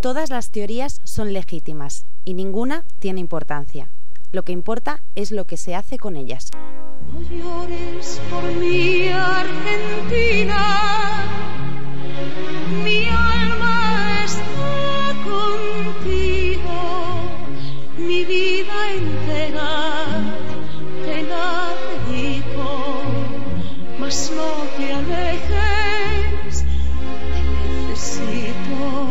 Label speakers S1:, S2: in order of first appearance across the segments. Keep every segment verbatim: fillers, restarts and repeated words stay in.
S1: Todas las teorías son legítimas y ninguna tiene importancia. Lo que importa es lo que se hace con ellas.
S2: No llores por mi Argentina, mi alma está contigo, mi vida entera te la dedico, mas no te alejes, te necesito.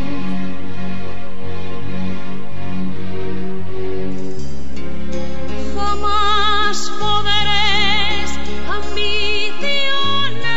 S2: Jamás poderes, ambiciones,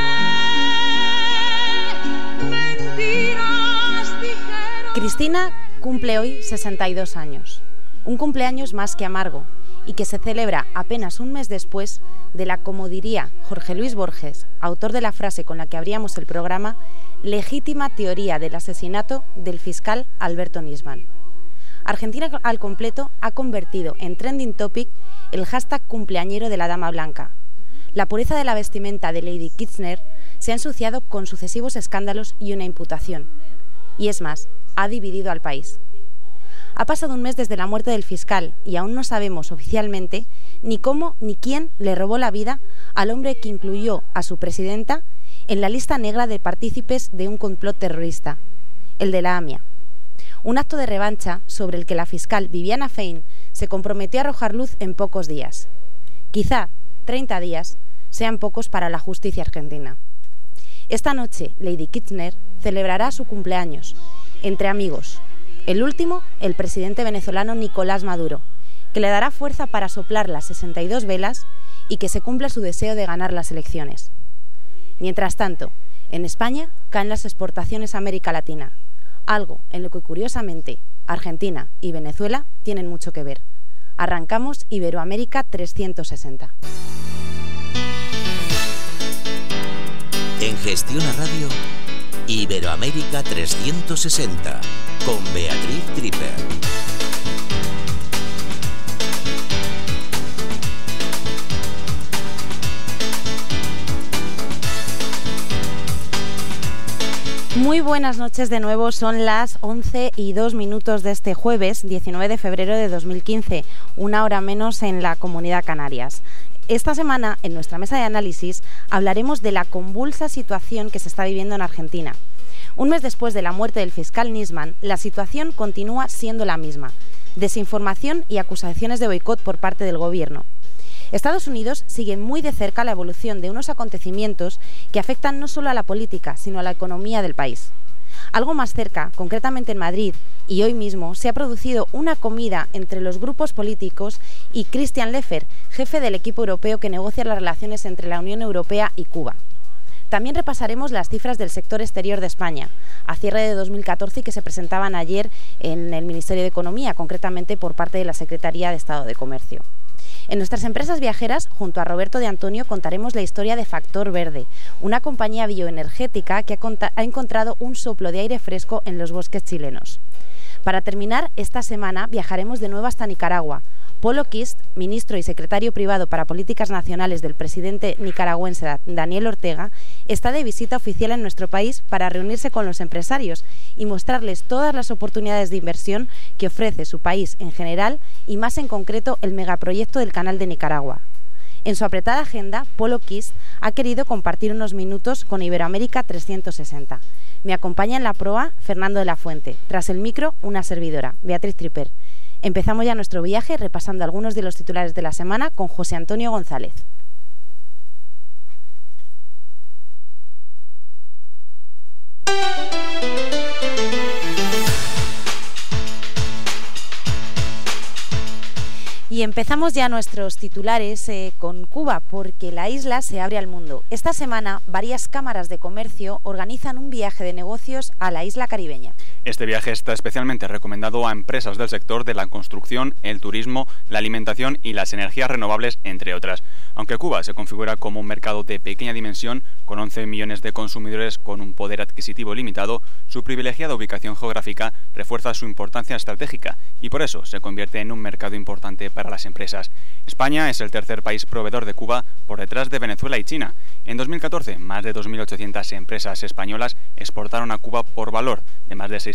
S2: mentiras dijeron.
S1: Cristina cumple hoy sesenta y dos años, un cumpleaños más que amargo y que se celebra apenas un mes después de la, como diría Jorge Luis Borges, autor de la frase con la que abríamos el programa, legítima teoría del asesinato del fiscal Alberto Nisman. Argentina al completo ha convertido en trending topic el hashtag cumpleañero de la Dama Blanca. La pureza de la vestimenta de Lady Kirchner se ha ensuciado con sucesivos escándalos y una imputación. Y es más, ha dividido al país. Ha pasado un mes desde la muerte del fiscal y aún no sabemos oficialmente ni cómo ni quién le robó la vida al hombre que incluyó a su presidenta en la lista negra de partícipes de un complot terrorista, el de la AMIA. Un acto de revancha sobre el que la fiscal Viviana Fein se comprometió a arrojar luz en pocos días. Quizá treinta días sean pocos para la justicia argentina. Esta noche, Lady Kirchner celebrará su cumpleaños, entre amigos. El último, el presidente venezolano Nicolás Maduro, que le dará fuerza para soplar las sesenta y dos velas y que se cumpla su deseo de ganar las elecciones. Mientras tanto, en España caen las exportaciones a América Latina, algo en lo que curiosamente Argentina y Venezuela tienen mucho que ver. Arrancamos Iberoamérica trescientos sesenta.
S3: En Gestión a Radio, Iberoamérica trescientos sesenta, con Beatriz Tripper.
S1: Muy buenas noches de nuevo, son las once y dos minutos de este jueves diecinueve de febrero de dos mil quince, una hora menos en la Comunidad Canarias. Esta semana, en nuestra mesa de análisis, hablaremos de la convulsa situación que se está viviendo en Argentina. Un mes después de la muerte del fiscal Nisman, la situación continúa siendo la misma: desinformación y acusaciones de boicot por parte del gobierno. Estados Unidos sigue muy de cerca la evolución de unos acontecimientos que afectan no solo a la política, sino a la economía del país. Algo más cerca, concretamente en Madrid, y hoy mismo, se ha producido una comida entre los grupos políticos y Christian Leffert, jefe del equipo europeo que negocia las relaciones entre la Unión Europea y Cuba. También repasaremos las cifras del sector exterior de España, a cierre de dos mil catorce y que se presentaban ayer en el Ministerio de Economía, concretamente por parte de la Secretaría de Estado de Comercio. En nuestras empresas viajeras, junto a Roberto de Antonio, contaremos la historia de Factor Verde, una compañía bioenergética que ha, ha encontrado un soplo de aire fresco en los bosques chilenos. Para terminar, esta semana viajaremos de nuevo hasta Nicaragua. Polo Kist, ministro y secretario privado para Políticas Nacionales del presidente nicaragüense Daniel Ortega, está de visita oficial en nuestro país para reunirse con los empresarios y mostrarles todas las oportunidades de inversión que ofrece su país en general y más en concreto el megaproyecto del Canal de Nicaragua. En su apretada agenda, Polo Kist ha querido compartir unos minutos con Iberoamérica trescientos sesenta. Me acompaña en la proa Fernando de la Fuente. Tras el micro, una servidora, Beatriz Tripper. Empezamos ya nuestro viaje repasando algunos de los titulares de la semana con José Antonio González. Y empezamos ya nuestros titulares eh, con Cuba, porque la isla se abre al mundo. Esta semana, varias cámaras de comercio organizan un viaje de negocios a la isla caribeña.
S4: Este viaje está especialmente recomendado a empresas del sector de la construcción, el turismo, la alimentación y las energías renovables, entre otras. Aunque Cuba se configura como un mercado de pequeña dimensión, con once millones de consumidores con un poder adquisitivo limitado, su privilegiada ubicación geográfica refuerza su importancia estratégica y por eso se convierte en un mercado importante para las empresas. España es el tercer país proveedor de Cuba, por detrás de Venezuela y China. En dos mil catorce, más de dos mil ochocientas empresas españolas exportaron a Cuba por valor de más de seiscientos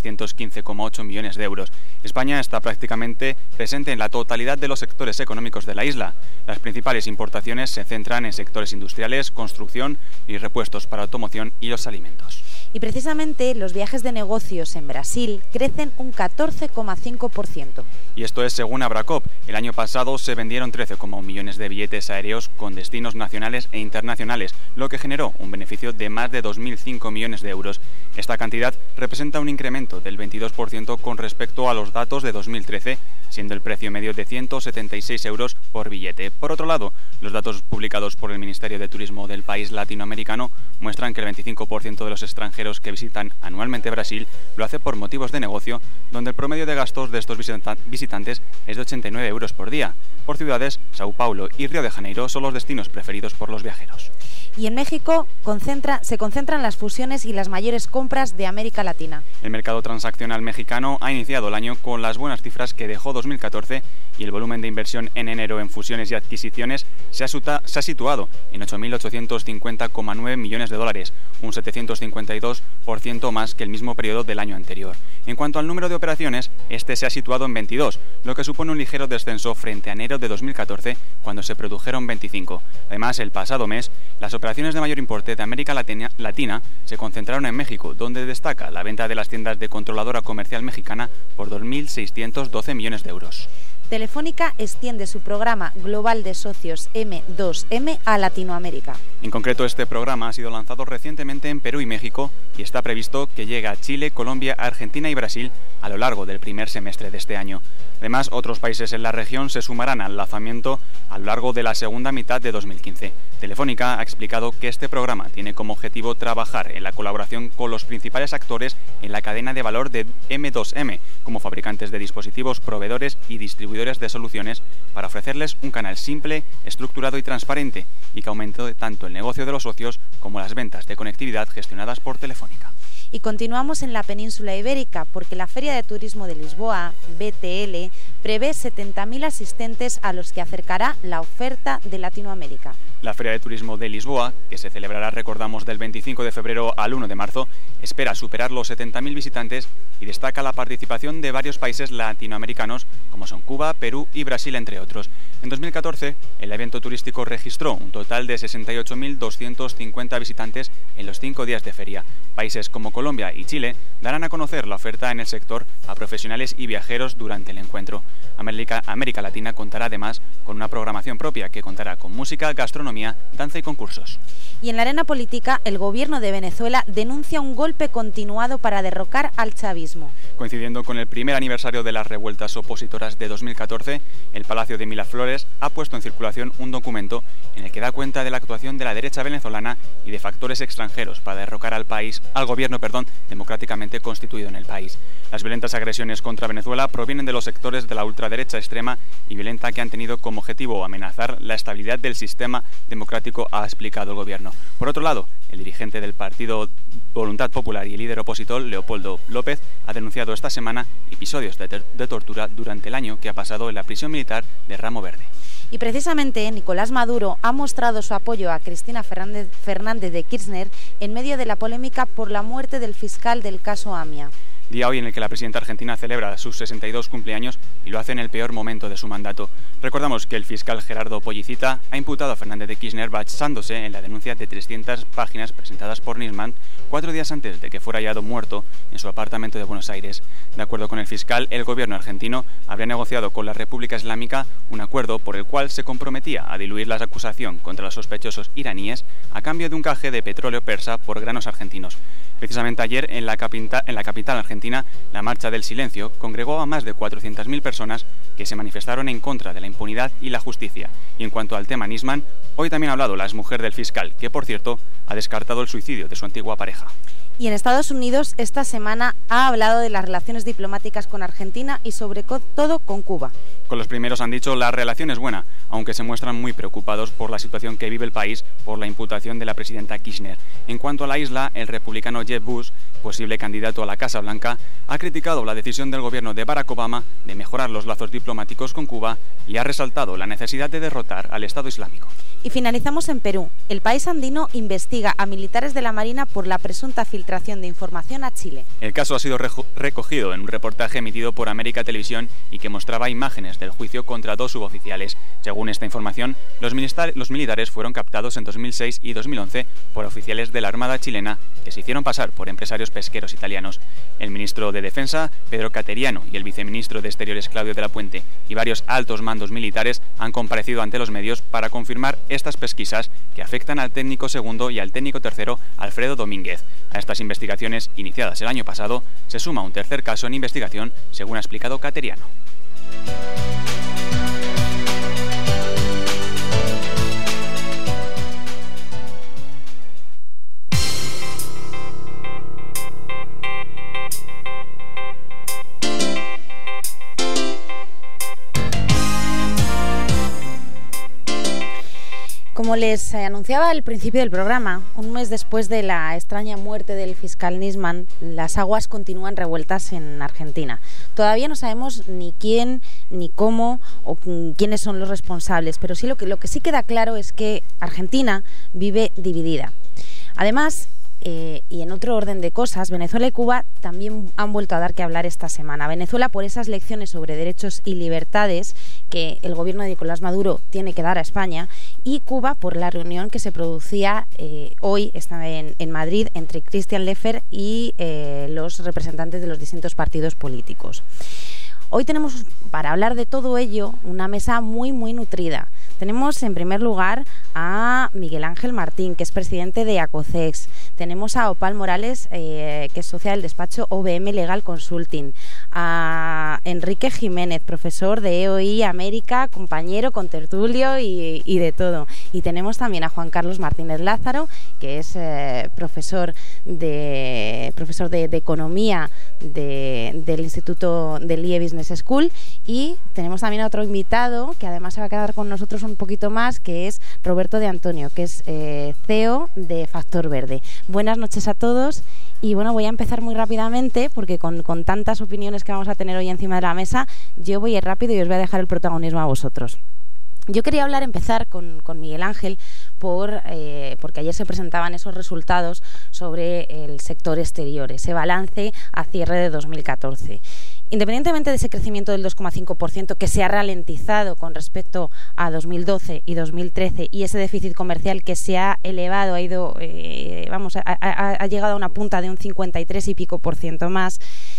S4: trescientos quince coma ocho millones de euros. España está prácticamente presente en la totalidad de los sectores económicos de la isla. Las principales importaciones se centran en sectores industriales, construcción y repuestos para automoción y los alimentos.
S1: Y precisamente los viajes de negocios en Brasil crecen un catorce coma cinco por ciento.
S4: Y esto es según Abracop. El año pasado se vendieron trece coma uno millones de billetes aéreos con destinos nacionales e internacionales, lo que generó un beneficio de más de dos mil cinco millones de euros. Esta cantidad representa un incremento del veintidós por ciento con respecto a los datos de dos mil trece, siendo el precio medio de ciento setenta y seis euros por billete. Por otro lado, los datos publicados por el Ministerio de Turismo del país latinoamericano muestran que el veinticinco por ciento de los extranjeros que visitan anualmente Brasil lo hace por motivos de negocio, donde el promedio de gastos de estos visitantes es de ochenta y nueve euros por día. Por ciudades, Sao Paulo y Río de Janeiro son los destinos preferidos por los viajeros.
S1: Y en México concentra, se concentran las fusiones y las mayores compras de América Latina.
S4: El mercado transaccional mexicano ha iniciado el año con las buenas cifras que dejó dos mil catorce y el volumen de inversión en enero en fusiones y adquisiciones se ha, suta, se ha situado en ocho mil ochocientos cincuenta coma nueve millones de dólares, un setecientos cincuenta y dos por ciento más que el mismo periodo del año anterior. En cuanto al número de operaciones, este se ha situado en veintidós, lo que supone un ligero descenso frente a enero de dos mil catorce, cuando se produjeron veinticinco. Además, el pasado mes, las operaciones de mayor importe de América Latina, Latina se concentraron en México, donde destaca la venta de las tiendas de controladora comercial mexicana por dos mil seiscientos doce millones de euros.
S1: Telefónica extiende su programa global de socios eme dos eme a Latinoamérica.
S4: En concreto, este programa ha sido lanzado recientemente en Perú y México y está previsto que llegue a Chile, Colombia, Argentina y Brasil a lo largo del primer semestre de este año. Además, otros países en la región se sumarán al lanzamiento a lo largo de la segunda mitad de dos mil quince. Telefónica ha explicado que este programa tiene como objetivo trabajar en la colaboración con los principales actores en la cadena de valor de eme dos eme, como fabricantes de dispositivos, proveedores y distribuidores de soluciones, para ofrecerles un canal simple, estructurado y transparente, y que aumente tanto el negocio de los socios como las ventas de conectividad gestionadas por Telefónica.
S1: Y continuamos en la península ibérica, porque la Feria de Turismo de Lisboa, B T L, prevé setenta mil asistentes a los que acercará la oferta de Latinoamérica.
S4: La Feria de Turismo de Lisboa, que se celebrará, recordamos, del veinticinco de febrero al uno de marzo, espera superar los setenta mil visitantes y destaca la participación de varios países latinoamericanos, como son Cuba, Perú y Brasil, entre otros. En dos mil catorce, el evento turístico registró un total de sesenta y ocho mil doscientos cincuenta visitantes en los cinco días de feria. Países como Colombia y Chile darán a conocer la oferta en el sector a profesionales y viajeros durante el encuentro. América, América Latina contará además con una programación propia que contará con música, gastronomía, danza y concursos.
S1: Y en la arena política, el gobierno de Venezuela denuncia un golpe continuado para derrocar al chavismo.
S4: Coincidiendo con el primer aniversario de las revueltas opositoras de dos mil catorce, el Palacio de Miraflores ha puesto en circulación un documento en el que da cuenta de la actuación de la derecha venezolana y de factores extranjeros para derrocar al país, al gobierno, perdón, democráticamente constituido en el país. Las violentas agresiones contra Venezuela provienen de los sectores de la ultraderecha extrema y violenta que han tenido como objetivo amenazar la estabilidad del sistema democrático, ha explicado el gobierno. Por otro lado, el dirigente del partido Voluntad Popular y el líder opositor, Leopoldo López, ha denunciado esta semana episodios de, de tortura durante el año que ha pasado en la prisión militar de Ramo Verde.
S1: Y precisamente Nicolás Maduro ha mostrado su apoyo a Cristina Fernández, Fernández de Kirchner en medio de la polémica por la muerte del fiscal del caso AMIA.
S4: Día hoy en el que la presidenta argentina celebra sus sesenta y dos cumpleaños y lo hace en el peor momento de su mandato. Recordamos que el fiscal Gerardo Pollicita ha imputado a Fernández de Kirchner basándose en la denuncia de trescientas páginas presentadas por Nisman cuatro días antes de que fuera hallado muerto en su apartamento de Buenos Aires. De acuerdo con el fiscal, el gobierno argentino habría negociado con la República Islámica un acuerdo por el cual se comprometía a diluir la acusación contra los sospechosos iraníes a cambio de un canje de petróleo persa por granos argentinos. Precisamente ayer, en la, capital, en la capital argentina, la Marcha del Silencio congregó a más de cuatrocientas mil personas que se manifestaron en contra de la impunidad y la justicia. Y en cuanto al tema Nisman, hoy también ha hablado la exmujer del fiscal, que por cierto ha descartado el suicidio de su antigua pareja.
S1: Y en Estados Unidos, esta semana ha hablado de las relaciones diplomáticas con Argentina y sobre todo con Cuba.
S4: Con los primeros han dicho la relación es buena, aunque se muestran muy preocupados por la situación que vive el país por la imputación de la presidenta Kirchner. En cuanto a la isla, el republicano Jeb Bush, posible candidato a la Casa Blanca, Blanca ha criticado la decisión del gobierno de Barack Obama de mejorar los lazos diplomáticos con Cuba y ha resaltado la necesidad de derrotar al Estado Islámico.
S1: Y finalizamos en Perú. El país andino investiga a militares de la Marina por la presunta filtración de información a Chile.
S4: El caso ha sido recogido en un reportaje emitido por América Televisión y que mostraba imágenes del juicio contra dos suboficiales. Según esta información, los, los militares fueron captados en dos mil seis y dos mil once por oficiales de la Armada chilena que se hicieron pasar por empresarios pesqueros italianos. El ministro de Defensa, Pedro Cateriano, y el viceministro de Exteriores, Claudio de la Puente, y varios altos mandos militares han comparecido ante los medios para confirmar estas pesquisas que afectan al técnico segundo y al técnico tercero Alfredo Domínguez. A estas investigaciones, iniciadas el año pasado, se suma un tercer caso en investigación, según ha explicado Cateriano.
S1: Como les anunciaba al principio del programa, un mes después de la extraña muerte del fiscal Nisman, las aguas continúan revueltas en Argentina. Todavía no sabemos ni quién, ni cómo o quiénes son los responsables, pero sí lo que, lo que sí queda claro es que Argentina vive dividida. Además, Eh, y en otro orden de cosas, Venezuela y Cuba también han vuelto a dar que hablar esta semana. Venezuela por esas lecciones sobre derechos y libertades que el gobierno de Nicolás Maduro tiene que dar a España, y Cuba por la reunión que se producía eh, hoy está en, en Madrid entre Christian Leffert y eh, los representantes de los distintos partidos políticos. Hoy tenemos, para hablar de todo ello, una mesa muy, muy nutrida. Tenemos, en primer lugar, a Miguel Ángel Martín, que es presidente de ACOCEX. Tenemos a Opal Morales, eh, que es socia del despacho O B M Legal Consulting. A Enrique Jiménez, profesor de E O I América, compañero, contertulio y, y de todo. Y tenemos también a Juan Carlos Martínez Lázaro, que es eh, profesor de profesor de, de Economía de, del Instituto del I E Business School. Y tenemos también a otro invitado, que además se va a quedar con nosotros un poquito más, que es Roberto de Antonio, que es eh, C E O de Factor Verde. Buenas noches a todos. Y bueno, voy a empezar muy rápidamente porque con, con tantas opiniones que vamos a tener hoy encima de la mesa, yo voy a ir rápido y os voy a dejar el protagonismo a vosotros. Yo quería hablar, empezar con, con Miguel Ángel, por, eh, porque ayer se presentaban esos resultados sobre el sector exterior, ese balance a cierre de dos mil catorce. Independientemente de ese crecimiento del dos coma cinco por ciento que se ha ralentizado con respecto a dos mil doce y dos mil trece, y ese déficit comercial que se ha elevado, ha ido, eh, vamos, ha, ha, ha llegado a una punta de un cincuenta y tres y pico por ciento más,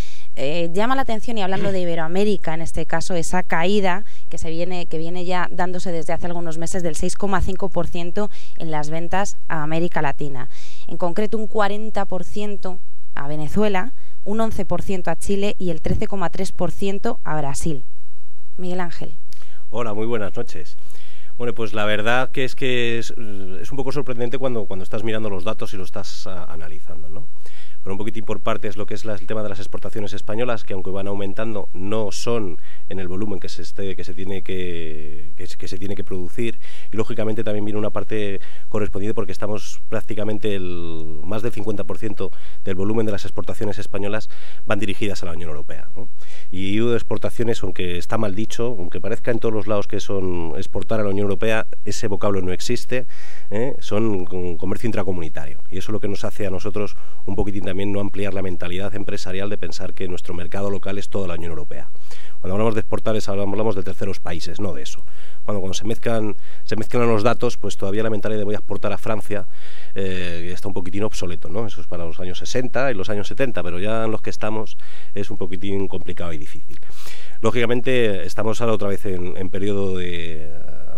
S1: eh, llama la atención, y hablando de Iberoamérica, en este caso, esa caída que se viene, que viene ya dándose desde hace algunos meses del seis coma cinco por ciento en las ventas a América Latina. En concreto, un cuarenta por ciento a Venezuela, un once por ciento a Chile y el trece coma tres por ciento a Brasil. Miguel Ángel.
S5: Hola, muy buenas noches. Bueno, pues la verdad que es que es, es un poco sorprendente cuando, cuando estás mirando los datos y lo estás a, analizando, ¿no? Pero un poquitín por partes, lo que es la, el tema de las exportaciones españolas, que aunque van aumentando, no son en el volumen que se esté, que se tiene que, que, que se tiene que producir, y lógicamente también viene una parte correspondiente porque estamos prácticamente el más del cincuenta por ciento del volumen de las exportaciones españolas van dirigidas a la Unión Europea, ¿no? Y de exportaciones, aunque está mal dicho, aunque parezca en todos los lados que son exportar a la Unión Europea, ese vocablo no existe, ¿eh? Son comercio intracomunitario, y eso es lo que nos hace a nosotros un poquitín también no ampliar la mentalidad empresarial de pensar que nuestro mercado local es toda la Unión Europea. Cuando hablamos de exportar hablamos de terceros países, no de eso. Cuando, cuando se mezclan se mezclan los datos, pues todavía la mentalidad de voy a exportar a Francia eh, está un poquitín obsoleto, ¿no? Eso es para los años sesenta y los años setenta, pero ya en los que estamos es un poquitín complicado y difícil. Lógicamente estamos ahora otra vez en, en periodo de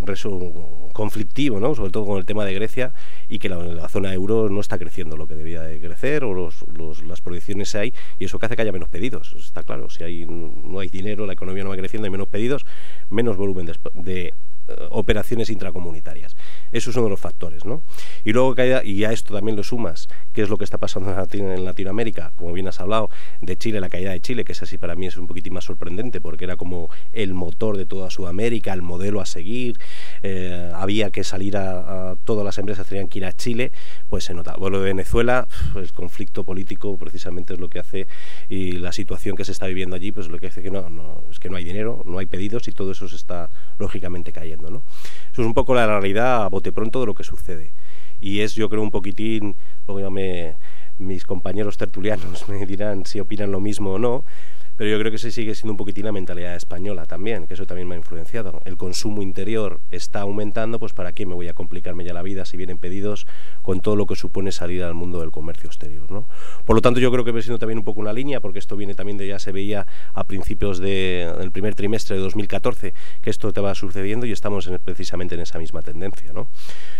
S5: uh, conflictivo, ¿no? Sobre todo con el tema de Grecia, y que la, la zona euro no está creciendo lo que debía de crecer, o los, los, las proyecciones hay, y eso que hace que haya menos pedidos. Está claro, si hay, no hay dinero, la economía no va creciendo, hay menos pedidos, menos volumen de, de uh, operaciones intracomunitarias. Eso es uno de los factores, ¿no? Y luego, y a esto también lo sumas, qué es lo que está pasando en Latinoamérica, como bien has hablado, de Chile, la caída de Chile, que es así para mí es un poquitín más sorprendente, porque era como el motor de toda Sudamérica, el modelo a seguir, eh, había que salir a, a todas las empresas tenían que ir a Chile, pues se nota. Bueno, de Venezuela, pues, el conflicto político precisamente es lo que hace, y la situación que se está viviendo allí, pues lo que hace que no, no, es que no hay dinero, no hay pedidos y todo eso se está lógicamente cayendo, ¿no? Eso es un poco la realidad a bote pronto de lo que sucede. Y es, yo creo, un poquitín, luego ya me, mis compañeros tertulianos me dirán si opinan lo mismo o no, pero yo creo que se sigue siendo un poquitín la mentalidad española también, que eso también me ha influenciado. El consumo interior está aumentando, pues ¿para qué me voy a complicarme ya la vida si vienen pedidos con todo lo que supone salir al mundo del comercio exterior, ¿no? Por lo tanto, yo creo que va siendo también un poco una línea, porque esto viene también de, ya se veía a principios de, del primer trimestre de dos mil catorce, que esto te va sucediendo y estamos en, precisamente en esa misma tendencia, ¿no?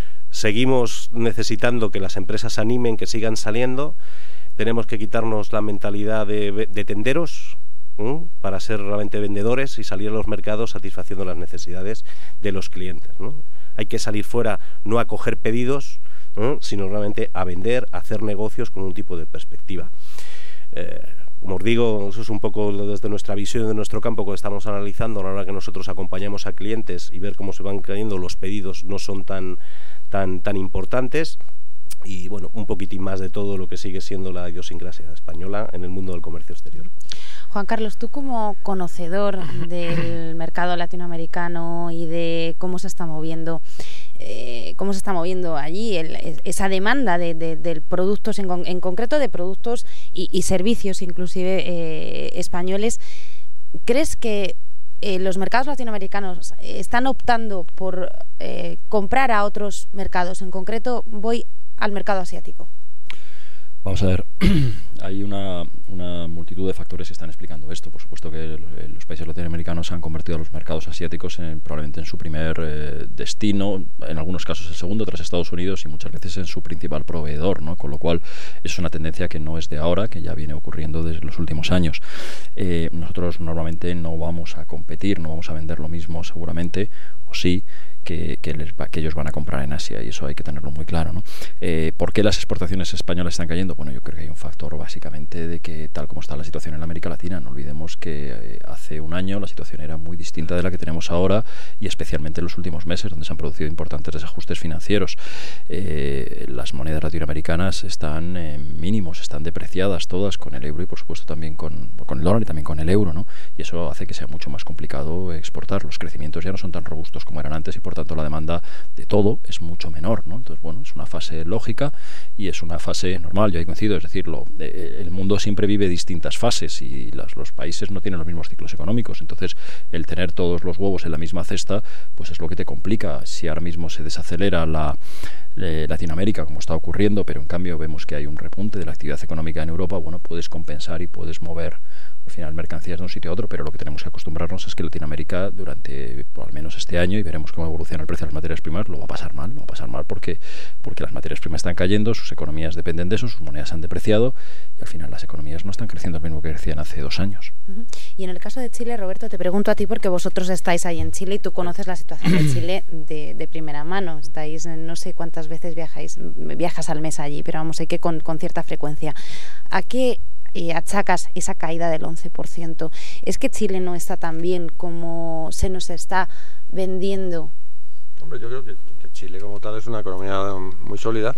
S5: Seguimos necesitando que las empresas se animen, que sigan saliendo. Tenemos que quitarnos la mentalidad de, de tenderos, ¿eh? Para ser realmente vendedores y salir a los mercados satisfaciendo las necesidades de los clientes, ¿no? Hay que salir fuera, no a coger pedidos, ¿eh? Sino realmente a vender, a hacer negocios con un tipo de perspectiva. Eh, Como os digo, eso es un poco desde nuestra visión de nuestro campo que estamos analizando a la hora que nosotros acompañamos a clientes y ver cómo se van cayendo los pedidos no son tan, tan, tan importantes. Y bueno, un poquitín más de todo lo que sigue siendo la idiosincrasia española en el mundo del comercio exterior.
S1: Juan Carlos, tú como conocedor del mercado latinoamericano y de cómo se está moviendo, eh, cómo se está moviendo allí el, esa demanda de, de, de productos, en, en concreto de productos y, y servicios inclusive eh, españoles, ¿crees que eh, los mercados latinoamericanos están optando por eh, comprar a otros mercados? En concreto, voy al mercado asiático.
S6: Vamos a ver, hay una, una multitud de factores que están explicando esto. Por supuesto que los países latinoamericanos han convertido a los mercados asiáticos en, probablemente en su primer eh, destino, en algunos casos el segundo tras Estados Unidos y muchas veces en su principal proveedor, ¿no? Con lo cual es una tendencia que no es de ahora, que ya viene ocurriendo desde los últimos años. Eh, nosotros normalmente no vamos a competir, no vamos a vender lo mismo seguramente, o sí, Que, que, les va, que ellos van a comprar en Asia, y eso hay que tenerlo muy claro, ¿no? Eh, ¿Por qué las exportaciones españolas están cayendo? Bueno, yo creo que hay un factor básicamente de que tal como está la situación en América Latina, no olvidemos que eh, hace un año la situación era muy distinta de la que tenemos ahora, y especialmente en los últimos meses, donde se han producido importantes desajustes financieros. Eh, las monedas latinoamericanas están en mínimos, están depreciadas todas con el euro y por supuesto también con, con el dólar y también con el euro, ¿no? Y eso hace que sea mucho más complicado exportar. Los crecimientos ya no son tan robustos como eran antes y por tanto la demanda de todo es mucho menor, ¿no? Entonces, bueno, es una fase lógica y es una fase normal, yo ahí coincido, es decir, lo, eh, el mundo siempre vive distintas fases y las, los países no tienen los mismos ciclos económicos, entonces el tener todos los huevos en la misma cesta, pues es lo que te complica. Si ahora mismo se desacelera la eh, Latinoamérica, como está ocurriendo, pero en cambio vemos que hay un repunte de la actividad económica en Europa, bueno, puedes compensar y puedes mover al final mercancías de un sitio a otro, pero lo que tenemos que acostumbrarnos es que Latinoamérica durante por al menos este año, y veremos cómo evoluciona el precio de las materias primas, lo va a pasar mal, lo va a pasar mal porque, porque las materias primas están cayendo, sus economías dependen de eso, sus monedas han depreciado y al final las economías no están creciendo al mismo que crecían hace dos años.
S1: Uh-huh. Y en el caso de Chile, Roberto, te pregunto a ti porque vosotros estáis ahí en Chile y tú conoces la situación de Chile de, de primera mano. Estáis, no sé cuántas veces viajáis, viajas al mes allí, pero vamos, hay que con, con cierta frecuencia. ¿A qué Eh, achacas esa caída del once por ciento? ¿Es que Chile no está tan bien como se nos está vendiendo?
S7: Hombre, yo creo que, que Chile como tal es una economía muy sólida,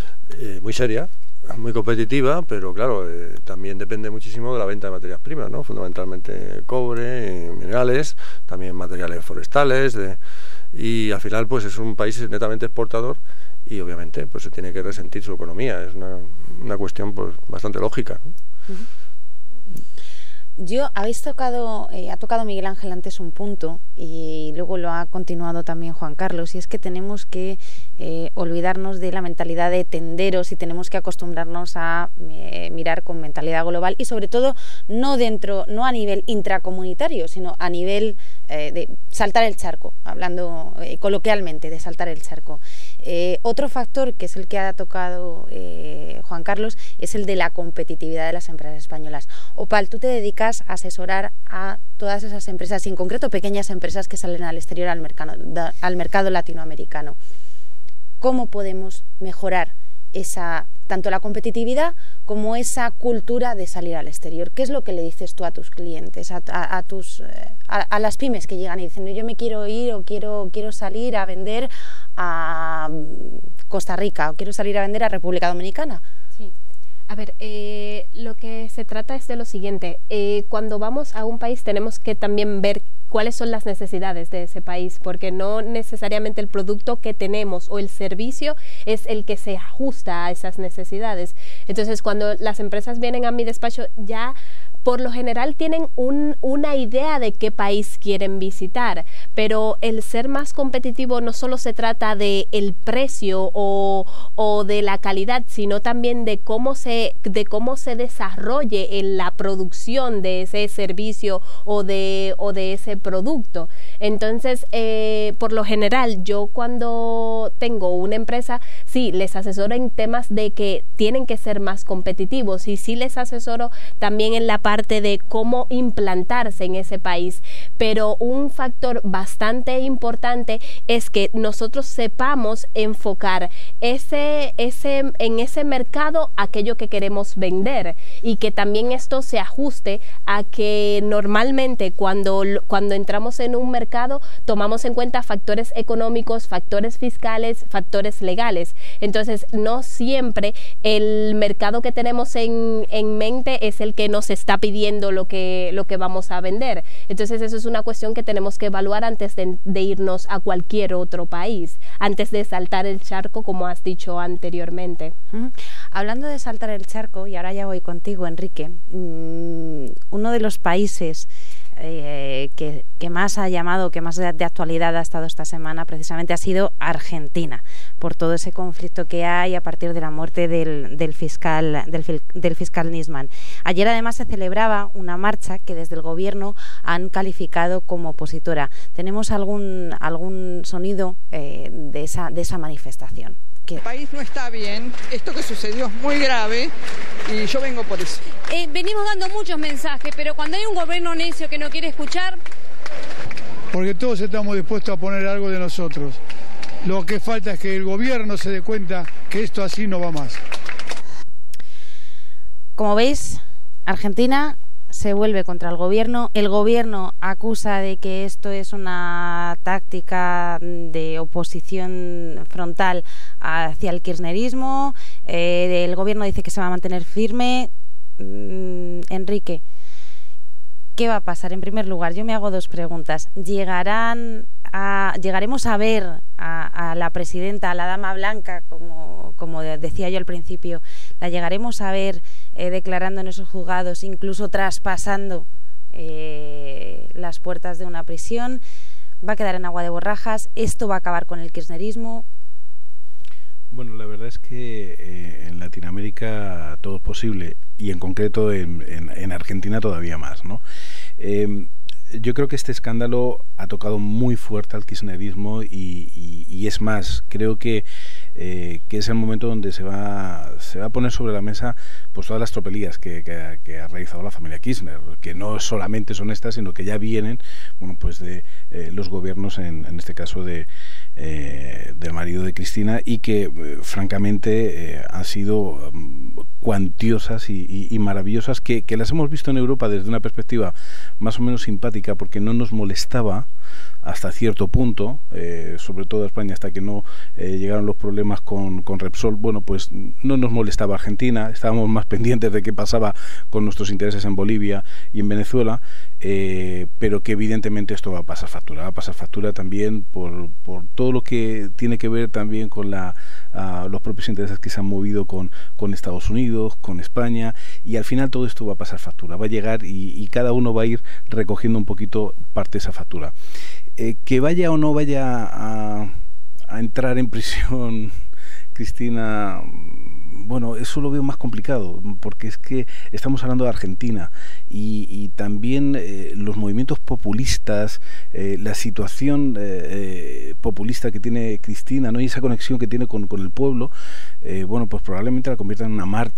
S7: eh, muy seria, muy competitiva, pero claro, eh, también depende muchísimo de la venta de materias primas, ¿no? Fundamentalmente cobre, eh, minerales, también materiales forestales, de, y al final pues es un país netamente exportador y obviamente pues se tiene que resentir su economía, es una, una cuestión pues bastante lógica, ¿no?
S1: Uh-huh. Yo, habéis tocado, eh, ha tocado Miguel Ángel antes un punto y luego lo ha continuado también Juan Carlos, y es que tenemos que eh, olvidarnos de la mentalidad de tenderos y tenemos que acostumbrarnos a eh, mirar con mentalidad global y sobre todo no dentro, no a nivel intracomunitario, sino a nivel eh, de saltar el charco, hablando eh, coloquialmente de saltar el charco. Eh, otro factor que es el que ha tocado eh, Juan Carlos es el de la competitividad de las empresas españolas. Opal, tú te dedicas a asesorar a todas esas empresas y en concreto pequeñas empresas que salen al exterior al mercado, al mercado latinoamericano. ¿cómo podemos mejorar esa, tanto la competitividad como esa cultura de salir al exterior? ¿Qué es lo que le dices tú a tus clientes, a, a, a tus, a, a las pymes que llegan y dicen, yo me quiero ir o quiero, quiero salir a vender a Costa Rica o quiero salir a vender a República Dominicana?
S8: Sí. A ver, eh, lo que se trata es de lo siguiente, eh, cuando vamos a un país tenemos que también ver cuáles son las necesidades de ese país, porque no necesariamente el producto que tenemos o el servicio es el que se ajusta a esas necesidades. Entonces, cuando las empresas vienen a mi despacho, ya por lo general tienen un, una idea de qué país quieren visitar, pero el ser más competitivo no solo se trata de el precio o, o de la calidad, sino también de cómo se, de cómo se desarrolle en la producción de ese servicio o de, o de ese producto. Entonces, eh, por lo general, yo cuando tengo una empresa, sí, les asesoro en temas de que tienen que ser más competitivos y sí les asesoro también en la parte de cómo implantarse en ese país, pero un factor bastante importante es que nosotros sepamos enfocar ese, ese, en ese mercado aquello que queremos vender y que también esto se ajuste a que normalmente cuando, cuando entramos en un mercado tomamos en cuenta factores económicos, factores fiscales, factores legales. Entonces, no siempre el mercado que tenemos en, en mente es el que nos está pidiendo lo que, lo que vamos a vender. Entonces, eso es una cuestión que tenemos que evaluar antes de, de irnos a cualquier otro país, antes de saltar el charco, como has dicho anteriormente.
S1: Uh-huh. Hablando de saltar el charco, y ahora ya voy contigo, Enrique, mmm, uno de los países Eh, que, que más ha llamado, que más de, de actualidad ha estado esta semana, precisamente ha sido Argentina, por todo ese conflicto que hay a partir de la muerte del, del fiscal del, del fiscal Nisman. Ayer además se celebraba una marcha que desde el gobierno han calificado como opositora. ¿Tenemos algún algún sonido eh, de esa de esa manifestación?
S9: El país no está bien, esto que sucedió es muy grave y yo vengo por eso.
S10: Eh, venimos dando muchos mensajes, pero cuando hay un gobierno necio que no quiere escuchar...
S11: Porque todos estamos dispuestos a poner algo de nosotros. Lo que falta es que el gobierno se dé cuenta que esto así no va más.
S1: Como veis, Argentina se vuelve contra el gobierno. El gobierno acusa de que esto es una táctica de oposición frontal hacia el kirchnerismo. Eh, el gobierno dice que se va a mantener firme. Mm, Enrique, ¿qué va a pasar? En primer lugar, yo me hago dos preguntas. ¿Llegarán a, llegaremos a ver a, a la presidenta, a la dama blanca, como, como decía yo al principio, la llegaremos a ver eh, declarando en esos juzgados, incluso traspasando eh, las puertas de una prisión? ¿Va a quedar en agua de borrajas? ¿Esto va a acabar con el kirchnerismo?
S12: Bueno, la verdad es que eh, en Latinoamérica todo es posible y en concreto en, en, en Argentina todavía más, ¿no? Eh, yo creo que este escándalo ha tocado muy fuerte al kirchnerismo y, y, y es más, creo que, eh, que es el momento donde se va, se va a poner sobre la mesa pues todas las tropelías que, que, ha, que ha realizado la familia Kirchner, que no solamente son estas, sino que ya vienen, bueno, pues de eh, los gobiernos, en, en este caso de eh, del marido de Cristina, y que eh, francamente eh, han sido um, cuantiosas y, y, y maravillosas, que, que las hemos visto en Europa desde una perspectiva más o menos simpática, porque no nos molestaba hasta cierto punto, eh, sobre todo España, hasta que no eh, llegaron los problemas con, con Repsol. Bueno, pues no nos molestaba Argentina, estábamos más pendientes de qué pasaba con nuestros intereses en Bolivia y en Venezuela, eh, pero que evidentemente esto va a pasar factura, va a pasar factura también por, por todo lo que tiene que ver también con la, uh, los propios intereses que se han movido con, con Estados Unidos, con España, y al final todo esto va a pasar factura, va a llegar y, y cada uno va a ir recogiendo un poquito parte de esa factura. Eh, que vaya o no vaya a, a entrar en prisión Cristina, bueno, eso lo veo más complicado, porque es que estamos hablando de Argentina y, y también eh, los movimientos populistas, eh, la situación eh, populista que tiene Cristina, ¿no? Y esa conexión que tiene con, con el pueblo, eh, bueno, pues probablemente la convierta en una mártir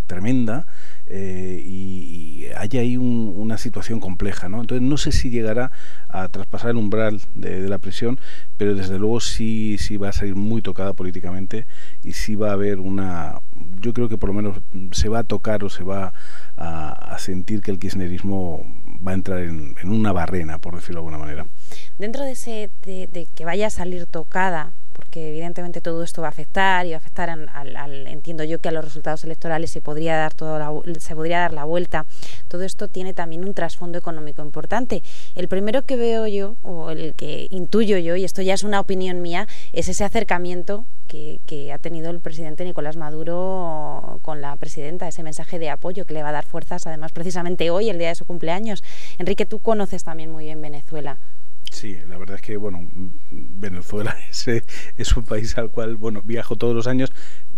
S12: tremenda eh, y, y hay ahí un, una situación compleja, ¿no? Entonces no sé si llegará a traspasar el umbral de, de la prisión, pero desde luego sí, sí va a salir muy tocada políticamente y sí va a haber una, yo creo que por lo menos se va a tocar o se va a, a sentir que el kirchnerismo va a entrar en, en una barrena, por decirlo de alguna manera.
S1: Dentro de ese de, de que vaya a salir tocada, porque evidentemente todo esto va a afectar y va a afectar al, al, al entiendo yo que a los resultados electorales se podría dar toda la, se podría dar la vuelta. Todo esto tiene también un trasfondo económico importante. El primero que veo yo, o el que intuyo yo, y esto ya es una opinión mía, es ese acercamiento que, que ha tenido el presidente Nicolás Maduro con la presidenta, ese mensaje de apoyo que le va a dar fuerzas, además precisamente hoy, el día de su cumpleaños. Enrique, tú conoces también muy bien Venezuela.
S12: Sí, la verdad es que, bueno, Venezuela es, es un país al cual, bueno, viajo todos los años,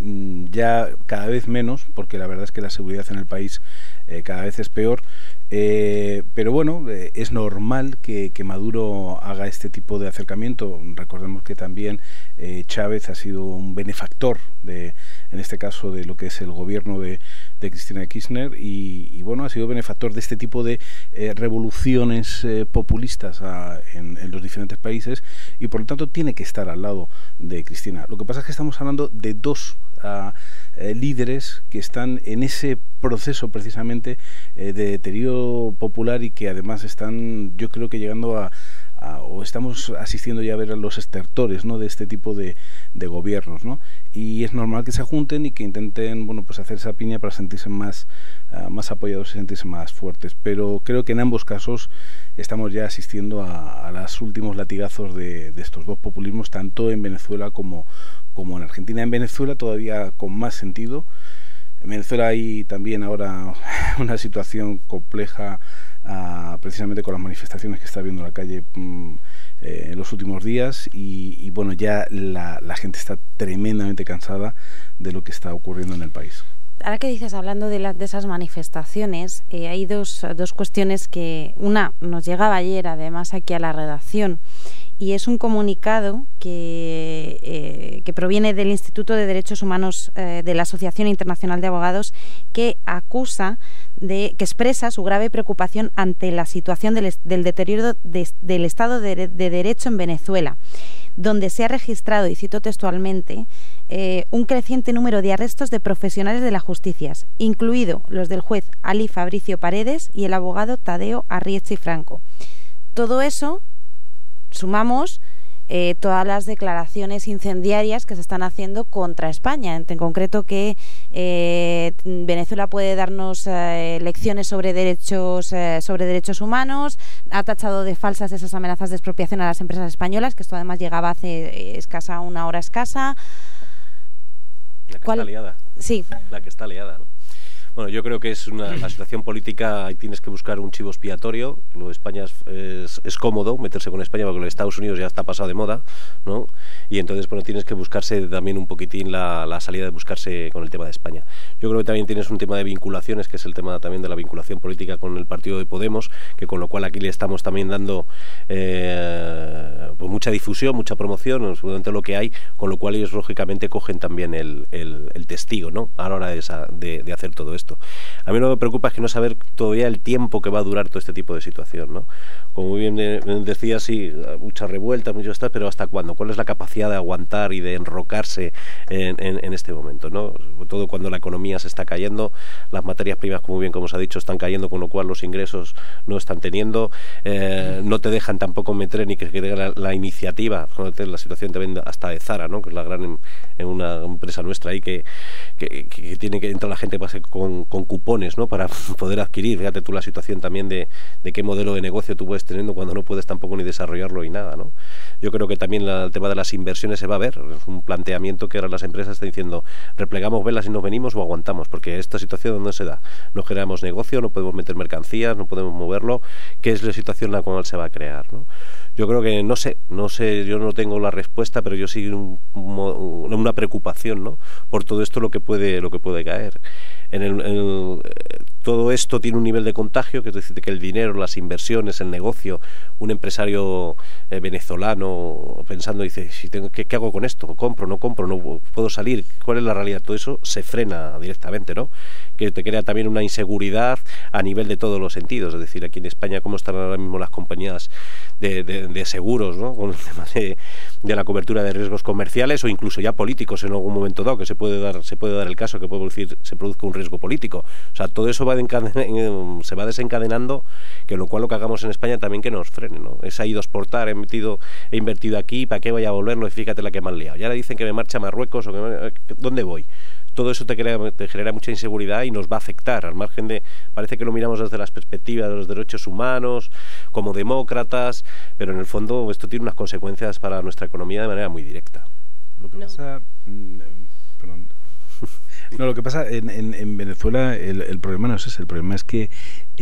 S12: ya cada vez menos, porque la verdad es que la seguridad en el país eh, cada vez es peor, eh, pero bueno, eh, es normal que, que Maduro haga este tipo de acercamiento. Recordemos que también eh, Chávez ha sido un benefactor de, en este caso, de lo que es el gobierno de, de Cristina Kirchner y, y bueno, ha sido benefactor de este tipo de eh, revoluciones eh, populistas a, en, en los diferentes países y por lo tanto tiene que estar al lado de Cristina. Lo que pasa es que estamos hablando de dos a eh, líderes que están en ese proceso precisamente eh, de deterioro popular y que además están, yo creo que llegando a, a o estamos asistiendo ya a ver a los estertores, ¿no?, de este tipo de, de gobiernos, ¿no? Y es normal que se junten y que intenten, bueno, pues hacer esa piña para sentirse más, uh, más apoyados y sentirse más fuertes, pero creo que en ambos casos estamos ya asistiendo a, a los últimos latigazos de, de estos dos populismos, tanto en Venezuela como como en Argentina. En Venezuela todavía con más sentido. En Venezuela hay también ahora una situación compleja uh, precisamente con las manifestaciones que está habiendo en la calle um, eh, en los últimos días y, y bueno, ya la, la gente está tremendamente cansada de lo que está ocurriendo en el país.
S1: Ahora que dices, hablando de, la, de esas manifestaciones, eh, hay dos, dos cuestiones que, una, nos llegaba ayer además aquí a la redacción, y es un comunicado que, eh, que proviene del Instituto de Derechos Humanos eh, de la Asociación Internacional de Abogados, que acusa, de, que expresa su grave preocupación ante la situación del, del deterioro de, del Estado de, de Derecho en Venezuela, donde se ha registrado, y cito textualmente, eh, un creciente número de arrestos de profesionales de la justicia, incluido los del juez Ali Fabricio Paredes y el abogado Tadeo Arrietzi Franco. Todo eso sumamos eh, todas las declaraciones incendiarias que se están haciendo contra España, en, en concreto que eh, Venezuela puede darnos eh, lecciones sobre derechos eh, sobre derechos humanos, ha tachado de falsas esas amenazas de expropiación a las empresas españolas, que esto además llegaba hace eh, escasa una hora escasa.
S5: La que
S1: ¿Cuál?
S5: está liada.
S1: Sí.
S5: La que está liada, ¿no? Bueno, yo creo que es una la situación política, ahí tienes que buscar un chivo expiatorio. Lo de España es, es, es cómodo meterse con España porque lo de Estados Unidos ya está pasado de moda, ¿no? Y entonces, bueno, tienes que buscarse también un poquitín la, la salida de buscarse con el tema de España. Yo creo que también tienes un tema de vinculaciones, que es el tema también de la vinculación política con el partido de Podemos, que con lo cual aquí le estamos también dando eh, pues mucha difusión, mucha promoción, seguramente lo que hay, con lo cual ellos lógicamente cogen también el, el, el testigo, ¿no?, a la hora de, esa, de, de hacer todo esto. A mí lo que me preocupa es que no saber todavía el tiempo que va a durar todo este tipo de situación, ¿no? Como muy bien eh, decía, sí, muchas revueltas, muchas estas, pero ¿hasta cuándo? ¿Cuál es la capacidad de aguantar y de enrocarse en, en, en este momento, ¿no? Sobre todo cuando la economía se está cayendo, las materias primas, como bien como se ha dicho, están cayendo, con lo cual los ingresos no están teniendo, eh, no te dejan tampoco meter ni que tenga la, la iniciativa. La situación también hasta de Zara, ¿no?, que es la gran en una empresa nuestra ahí que, que, que tiene que entrar la gente pase con Con, con cupones, ¿no?, para poder adquirir. Fíjate tú la situación también de, de qué modelo de negocio tú puedes teniendo cuando no puedes tampoco ni desarrollarlo y nada, ¿no? Yo creo que también la, el tema de las inversiones se va a ver. Es un planteamiento que ahora las empresas están diciendo, replegamos velas y nos venimos o aguantamos, porque esta situación no se da. No generamos negocio, no podemos meter mercancías, no podemos moverlo. ¿Qué es la situación en la cual se va a crear, ¿no? Yo creo que no sé, no sé, yo no tengo la respuesta, pero yo sí un, un, una preocupación, ¿no?, por todo esto lo que puede, lo que puede caer. En el, en el, todo esto tiene un nivel de contagio, que es decir, que el dinero, las inversiones, el negocio, un empresario eh, venezolano pensando, dice, si tengo, ¿qué, ¿qué hago con esto? ¿Compro, no compro? ¿No puedo salir? ¿Cuál es la realidad? Todo eso se frena directamente, ¿no? Que te crea también una inseguridad a nivel de todos los sentidos. Es decir, aquí en España, ¿cómo están ahora mismo las compañías de, de, de seguros, ¿no? Con el tema de, de la cobertura de riesgos comerciales o incluso ya políticos en algún momento dado, que se puede dar, se puede dar el caso que puede decir, se produzca un riesgo político. O sea, todo eso va se va desencadenando, que lo cual lo que hagamos en España también que nos frene, ¿no? Es ahí dos portar, he metido, he invertido aquí, ¿para qué voy a volverlo? Y fíjate la que me han liado. Ya le dicen que me marcha a Marruecos o que me, ¿dónde voy? Todo eso te, crea, te genera mucha inseguridad y nos va a afectar, al margen de, parece que lo miramos desde las perspectivas de los derechos humanos, como demócratas, pero en el fondo esto tiene unas consecuencias para nuestra economía de manera muy directa.
S12: Lo que
S8: no.
S12: pasa, mmm, perdón. No, lo que pasa en, en, en Venezuela, el, el problema no es ese, el problema es que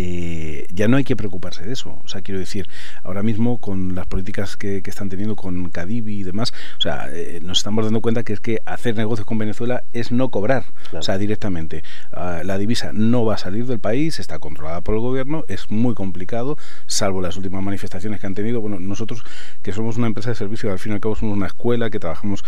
S12: eh, ya no hay que preocuparse de eso. O sea, quiero decir, ahora mismo con las políticas que, que están teniendo con Cadivi y demás, o sea, eh, nos estamos dando cuenta que es que hacer negocios con Venezuela es no cobrar, claro. O sea, directamente. Uh, la divisa no va a salir del país, está controlada por el gobierno, es muy complicado, salvo las últimas manifestaciones que han tenido. Bueno, nosotros, que somos una empresa de servicio, al fin y al cabo somos una escuela que trabajamos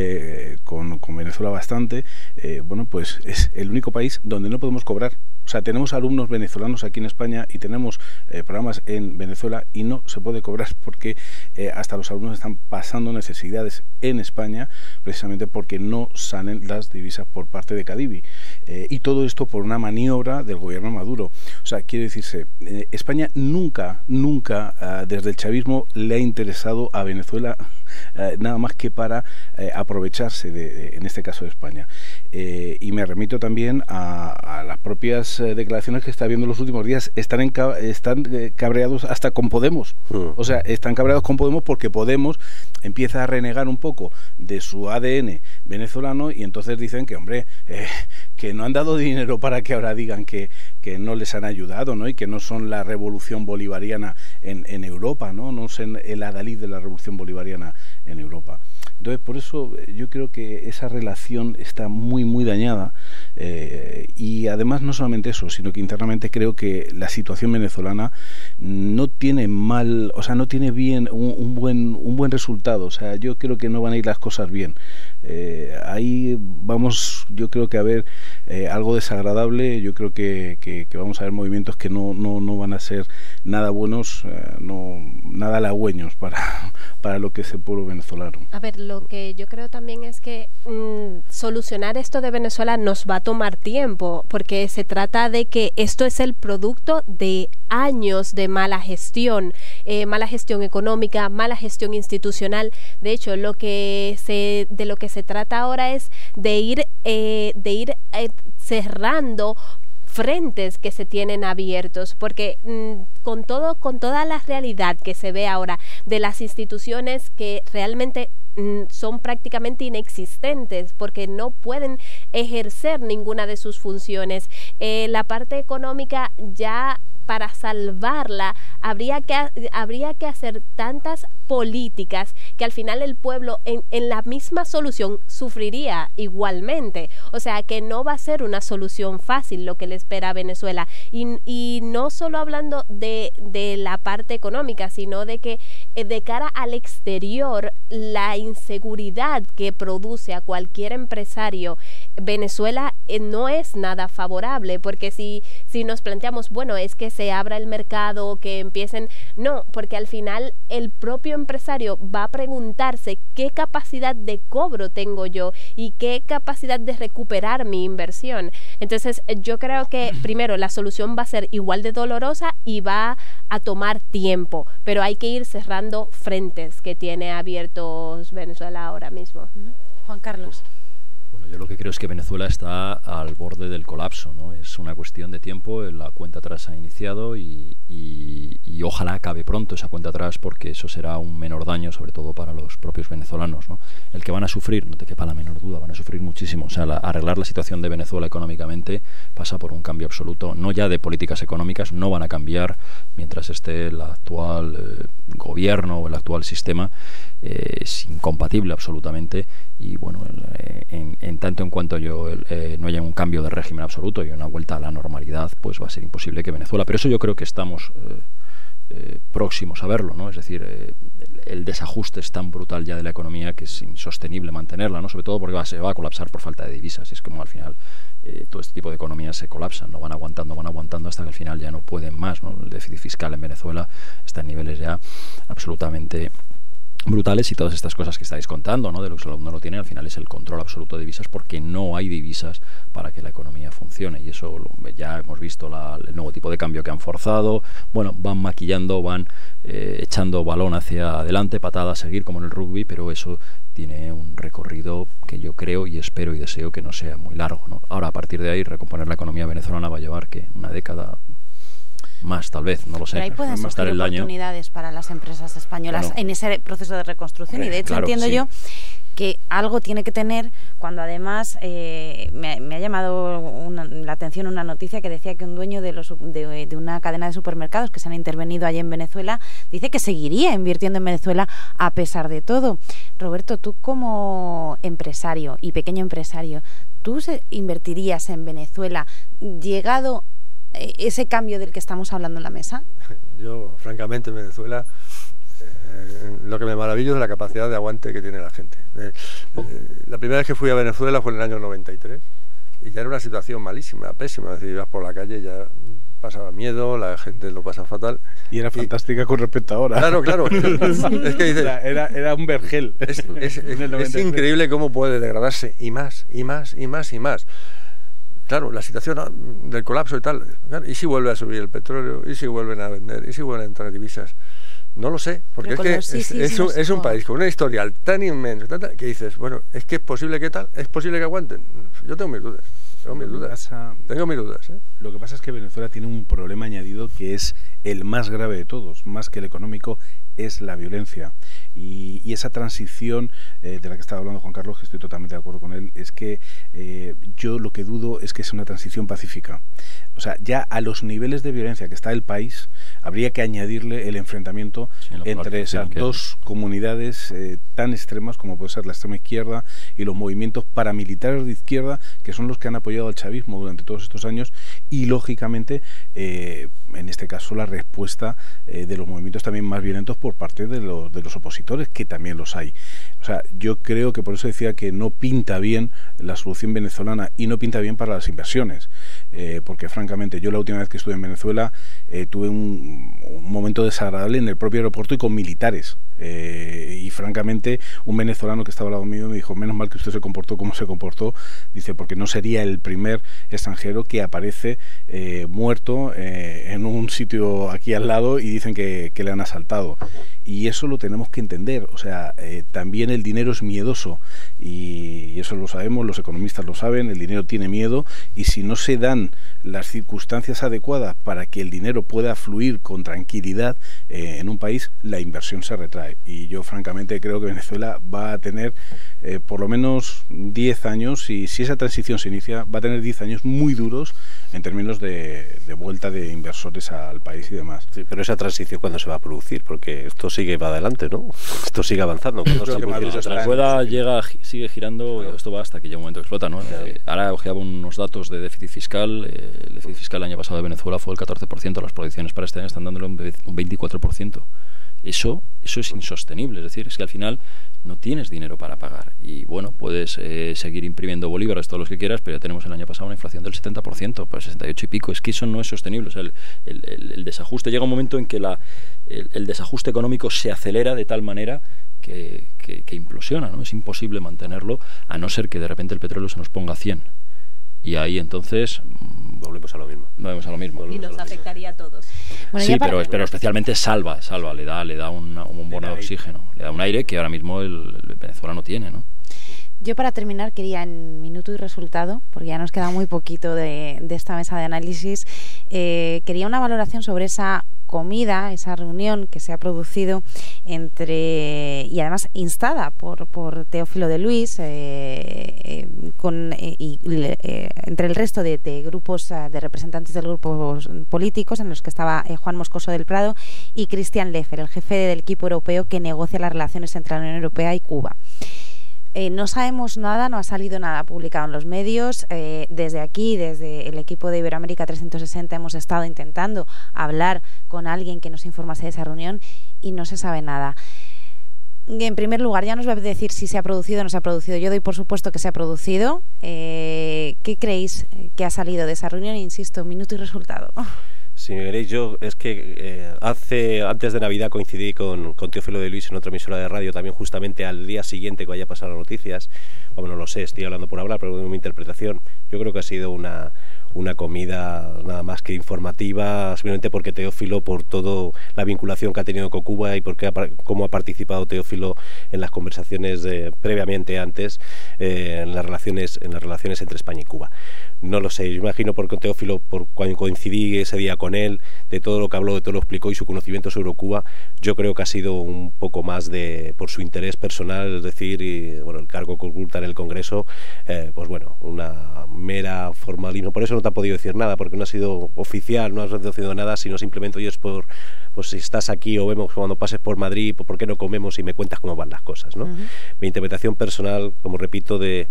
S12: eh, con, con Venezuela bastante, eh, bueno, pues es el único país donde no podemos cobrar. O sea, tenemos alumnos venezolanos aquí en España y tenemos eh, programas en Venezuela y no se puede cobrar porque eh, hasta los alumnos están pasando necesidades en España precisamente porque no salen las divisas por parte de Cadivi. Eh, y todo esto por una maniobra del gobierno Maduro. O sea, quiere decirse, eh, España nunca, nunca, uh, desde el chavismo le ha interesado a Venezuela uh, nada más que para uh, aprovecharse, de, de, en este caso de España. Eh, y me remito también a, a las propias eh, declaraciones que está viendo en los últimos días. Están, en, están eh, cabreados hasta con Podemos. Mm. O sea, están cabreados con Podemos porque Podemos empieza a renegar un poco de su A D N venezolano y entonces dicen que, hombre, eh, que no han dado dinero para que ahora digan que, que no les han ayudado, ¿no? Y que no son la revolución bolivariana en, en Europa, ¿no? No son el adalid de la revolución bolivariana en Europa. Entonces, por eso yo creo que esa relación está muy, muy dañada eh, y además no solamente eso, sino que internamente creo que la situación venezolana no tiene mal, o sea, no tiene bien un, un buen un buen resultado. O sea, yo creo que no van a ir las cosas bien. Eh, ahí vamos, yo creo que a ver eh, algo desagradable. Yo creo que, que, que vamos a ver movimientos que no, no, no van a ser nada buenos, eh, no nada halagüeños para, para lo que es el pueblo venezolano.
S8: A ver, lo que yo creo también es que mmm, solucionar esto de Venezuela nos va a tomar tiempo, porque se trata de que esto es el producto de años de mala gestión, eh, mala gestión económica, mala gestión institucional. De hecho, lo que se, de lo que se trata ahora es de ir, eh, de ir eh, cerrando frentes que se tienen abiertos, porque mmm, con todo, con toda la realidad que se ve ahora de las instituciones que realmente mmm, son prácticamente inexistentes porque no pueden ejercer ninguna de sus funciones, eh, la parte económica ya para salvarla habría que, habría que hacer tantas políticas que al final el pueblo en, en la misma solución sufriría igualmente. O sea que no va a ser una solución fácil lo que le espera a Venezuela. Y, y no solo hablando de, de la parte económica, sino de que eh, de cara al exterior, la inseguridad que produce a cualquier empresario Venezuela eh, no es nada favorable, porque si, si nos planteamos, bueno, es que se abra el mercado, que empiecen, no, porque al final el propio empresario va a preguntarse qué capacidad de cobro tengo yo y qué capacidad de recuperar mi inversión. Entonces yo creo que primero la solución va a ser igual de dolorosa y va a tomar tiempo, pero hay que ir cerrando frentes que tiene abiertos Venezuela ahora mismo.
S1: Juan Carlos.
S6: Bueno, yo lo que creo es que Venezuela está al borde del colapso, ¿no? Es una cuestión de tiempo, la cuenta atrás ha iniciado y, y, y ojalá acabe pronto esa cuenta atrás, porque eso será un menor daño, sobre todo para los propios venezolanos, ¿no? El que van a sufrir, no te quepa la menor duda, van a sufrir muchísimo. O sea, la, arreglar la situación de Venezuela económicamente pasa por un cambio absoluto, no ya de políticas económicas, no van a cambiar mientras esté el actual eh, gobierno o el actual sistema, eh, es incompatible absolutamente. Y bueno, el, en, en tanto en cuanto yo el, eh, no haya un cambio de régimen absoluto y una vuelta a la normalidad, pues va a ser imposible que Venezuela, pero eso yo creo que estamos eh, eh, próximos a verlo, ¿no? Es decir, eh, el, el desajuste es tan brutal ya de la economía que es insostenible mantenerla, ¿no? Sobre todo porque va, se va a colapsar por falta de divisas. Es como al final eh, todo este tipo de economías se colapsan, no van aguantando, van aguantando hasta que al final ya no pueden más, ¿no? El déficit fiscal en Venezuela está en niveles ya absolutamente brutales, y todas estas cosas que estáis contando, ¿no? De lo que uno no tiene, al final es el control absoluto de divisas, porque no hay divisas para que la economía funcione, y eso lo, ya hemos visto la, el nuevo tipo de cambio que han forzado. Bueno, van maquillando, van eh, echando balón hacia adelante, patada a seguir como en el rugby, pero eso tiene un recorrido que yo creo y espero y deseo que no sea muy largo, ¿no? Ahora, a partir de ahí, recomponer la economía venezolana va a llevar, ¿qué? Una década más, tal vez, no lo sé.
S1: Pero ahí pueden surgir oportunidades para las empresas españolas, bueno, en ese proceso de reconstrucción, hombre, y de hecho claro, entiendo sí. yo que algo tiene que tener, cuando además eh, me, me ha llamado una, la atención una noticia que decía que un dueño de, los, de, de una cadena de supermercados que se han intervenido allí en Venezuela dice que seguiría invirtiendo en Venezuela a pesar de todo. Roberto, tú como empresario y pequeño empresario, ¿tú se, invertirías en Venezuela llegado ese cambio del que estamos hablando en la mesa?
S7: Yo, francamente, en Venezuela eh, lo que me maravillo es la capacidad de aguante que tiene la gente. Eh, eh, la primera vez que fui a Venezuela fue en el año noventa y tres y ya era una situación malísima, pésima. Es decir, ibas por la calle, ya pasaba miedo, la gente lo pasa fatal.
S12: Y era fantástica y, con respecto a ahora.
S7: Claro, claro. Es que dices,
S12: era, era un vergel.
S7: Es, es, es, es increíble cómo puede degradarse, y más, y más, y más, y más. Claro, la situación del colapso y tal, ¿y si vuelve a subir el petróleo? ¿Y si vuelven a vender? ¿Y si vuelven a entrar divisas? No lo sé, porque es que sí, es, sí, es, sí, un, es un país con una historial tan inmensa que dices, bueno, es que es posible que tal, es posible que aguanten. Yo tengo mis dudas, tengo mis dudas, pasa, tengo mis dudas. ¿eh?
S12: Lo que pasa es que Venezuela tiene un problema añadido que es el más grave de todos, más que el económico, es la violencia. Y, y esa transición eh, de la que estaba hablando Juan Carlos, que estoy totalmente de acuerdo con él, es que eh, yo lo que dudo es que sea una transición pacífica. O sea, ya a los niveles de violencia que está el país, habría que añadirle el enfrentamiento sí, entre esas dos comunidades eh, tan extremas como puede ser la extrema izquierda y los movimientos paramilitares de izquierda, que son los que han apoyado al chavismo durante todos estos años, y lógicamente, eh, en este caso, la respuesta eh, de los movimientos también más violentos por parte de los, de los opositores, que también los hay. O sea, yo creo que por eso decía que no pinta bien la solución venezolana y no pinta bien para las inversiones, eh, porque francamente yo la última vez que estuve en Venezuela eh, tuve un, un momento desagradable en el propio aeropuerto y con militares. Eh, y francamente un venezolano que estaba al lado mío me dijo, menos mal que usted se comportó como se comportó, dice, porque no sería el primer extranjero que aparece eh, muerto eh, en un sitio aquí al lado y dicen que, que le han asaltado. Y eso lo tenemos que entender, o sea, eh, también el dinero es miedoso y, y eso lo sabemos, los economistas lo saben, el dinero tiene miedo, y si no se dan las circunstancias adecuadas para que el dinero pueda fluir con tranquilidad eh, en un país, la inversión se retrae. Y yo francamente creo que Venezuela va a tener eh, por lo menos diez años, y si esa transición se inicia, va a tener diez años muy duros en términos de, de vuelta de inversores al país y demás.
S5: Sí, pero esa transición, ¿cuándo se va a producir? Porque esto sigue para adelante, ¿no? Esto sigue avanzando.
S6: La rueda llega, sigue girando, claro. Esto va hasta que llega un momento que explota, ¿no? Claro. Eh, ahora ojeaba unos datos de déficit fiscal. Eh, el déficit fiscal el año pasado de Venezuela fue el catorce por ciento, las proyecciones para este año están dándole un veinticuatro por ciento. Eso, eso es insostenible, es decir, es que al final no tienes dinero para pagar y bueno, puedes eh, seguir imprimiendo bolívares todos los que quieras, pero ya tenemos el año pasado una inflación del setenta por ciento, pues sesenta y ocho y pico, es que eso no es sostenible. O sea, el, el, el, el desajuste, llega un momento en que la, el, el desajuste económico se acelera de tal manera que, que, que implosiona, ¿no? Es imposible mantenerlo, a no ser que de repente el petróleo se nos ponga a cien. Y ahí entonces
S5: volvemos a lo mismo.
S6: Volvemos a lo mismo.
S8: Y nos afectaría a todos.
S6: Bueno, sí, pero, pero especialmente salva, salva, le da, le da una, un bono de oxígeno, le da un aire que ahora mismo el, el Venezuela no tiene, ¿no?
S1: Yo para terminar quería en minuto y resultado, porque ya nos queda muy poquito de, de esta mesa de análisis, eh, quería una valoración sobre esa comida, esa reunión que se ha producido entre, y además instada por, por Teófilo de Luis, eh, eh, con, eh, y eh, entre el resto de, de grupos, uh, de representantes de grupos políticos, en los que estaba eh, Juan Moscoso del Prado y Christian Leffler, el jefe del equipo europeo que negocia las relaciones entre la Unión Europea y Cuba. Eh, no sabemos nada, no ha salido nada publicado en los medios. Eh, desde aquí, desde el equipo de Iberoamérica trescientos sesenta, hemos estado intentando hablar con alguien que nos informase de esa reunión y no se sabe nada. En primer lugar, ya nos va a decir si se ha producido o no se ha producido. Yo doy por supuesto que se ha producido. Eh, ¿Qué creéis que ha salido de esa reunión? Insisto, minuto y resultado.
S5: Si me queréis, yo es que eh, hace antes de Navidad coincidí con, con Teófilo de Luis en otra emisora de radio, también justamente al día siguiente que haya pasado las noticias. Bueno, no lo sé, estoy hablando por hablar, pero de mi interpretación, yo creo que ha sido una, una comida nada más que informativa, simplemente porque Teófilo, por toda la vinculación que ha tenido con Cuba y porque ha, cómo ha participado Teófilo en las conversaciones de, previamente antes, eh, en las relaciones en las relaciones entre España y Cuba. No lo sé, yo imagino porque Teófilo, por cuando coincidí ese día con él, de todo lo que habló, de todo lo explicó y su conocimiento sobre Cuba, yo creo que ha sido un poco más de por su interés personal, es decir, y, bueno, el cargo que oculta en el Congreso, eh, pues bueno, una mera formalismo. Por eso no te ha podido decir nada, porque no ha sido oficial, no has reducido nada, sino simplemente hoy es por, pues si estás aquí o vemos cuando pases por Madrid, pues ¿por qué no comemos y me cuentas cómo van las cosas, ¿no? Uh-huh. Mi interpretación personal, como repito, de,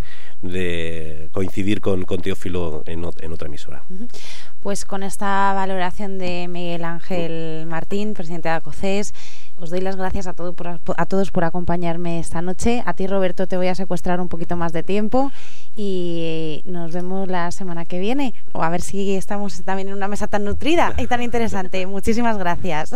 S5: de coincidir con, con Teófilo en, en otra emisora.
S1: Uh-huh. Pues con esta valoración de Miguel Ángel Martín, presidente de ACOCES, os doy las gracias a, todo por, a todos por acompañarme esta noche. A ti, Roberto, te voy a secuestrar un poquito más de tiempo y nos vemos la semana que viene. O a ver si estamos también en una mesa tan nutrida y tan interesante. Muchísimas gracias.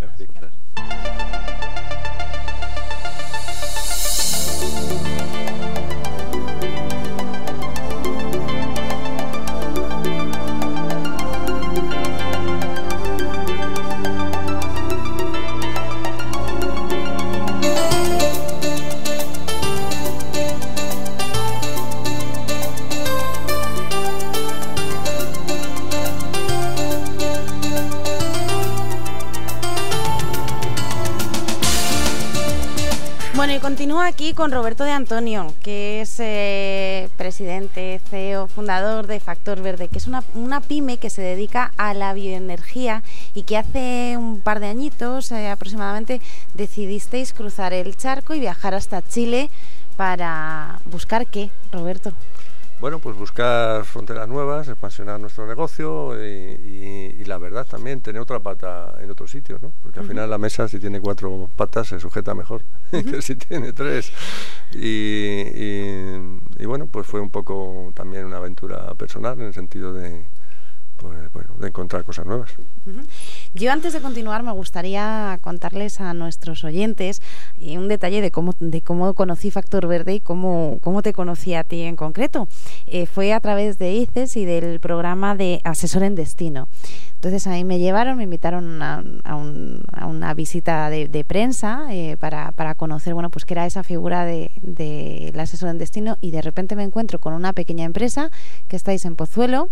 S1: Bueno, y continúo aquí con Roberto de Antonio, que es eh, presidente, C E O, fundador de Factor Verde, que es una, una pyme que se dedica a la bioenergía y que hace un par de añitos eh, aproximadamente decidisteis cruzar el charco y viajar hasta Chile para buscar ¿qué, Roberto?
S7: Bueno, pues buscar fronteras nuevas, expansionar nuestro negocio y, y, y la verdad también tener otra pata en otro sitio, ¿no? Porque al uh-huh. final la mesa, si tiene cuatro patas, se sujeta mejor uh-huh. que si tiene tres. Y, y, y bueno, pues fue un poco también una aventura personal en el sentido de, pues, bueno, de encontrar cosas nuevas.
S1: Uh-huh. Yo antes de continuar me gustaría contarles a nuestros oyentes eh, un detalle de cómo, de cómo conocí Factor Verde y cómo, cómo te conocí a ti en concreto. Eh, fue a través de I C E S y del programa de Asesor en Destino. Entonces ahí me llevaron, me invitaron a, a, un, a una visita de, de prensa eh, para, para conocer, bueno, pues qué era esa figura de, de el asesor en destino, y de repente me encuentro con una pequeña empresa que estáis en Pozuelo,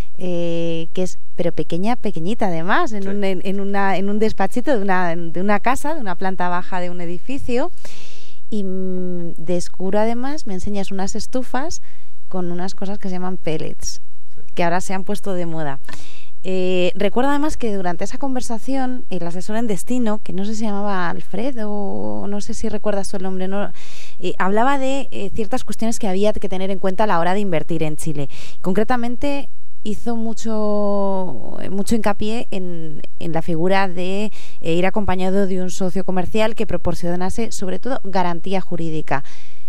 S1: eh, que es, pero pequeña, pequeñita además, en, sí. un, en, en, una, en un despachito de una, de una casa, de una planta baja de un edificio, y mmm, descubro además, me enseñas unas estufas con unas cosas que se llaman pellets, sí. que ahora se han puesto de moda. Eh, recuerdo además que durante esa conversación el asesor en destino, que no sé si se llamaba Alfredo o no sé si recuerdas tú el nombre, no, eh, hablaba de eh, ciertas cuestiones que había que tener en cuenta a la hora de invertir en Chile. Concretamente hizo mucho mucho hincapié en, en la figura de eh, ir acompañado de un socio comercial que proporcionase sobre todo garantía jurídica.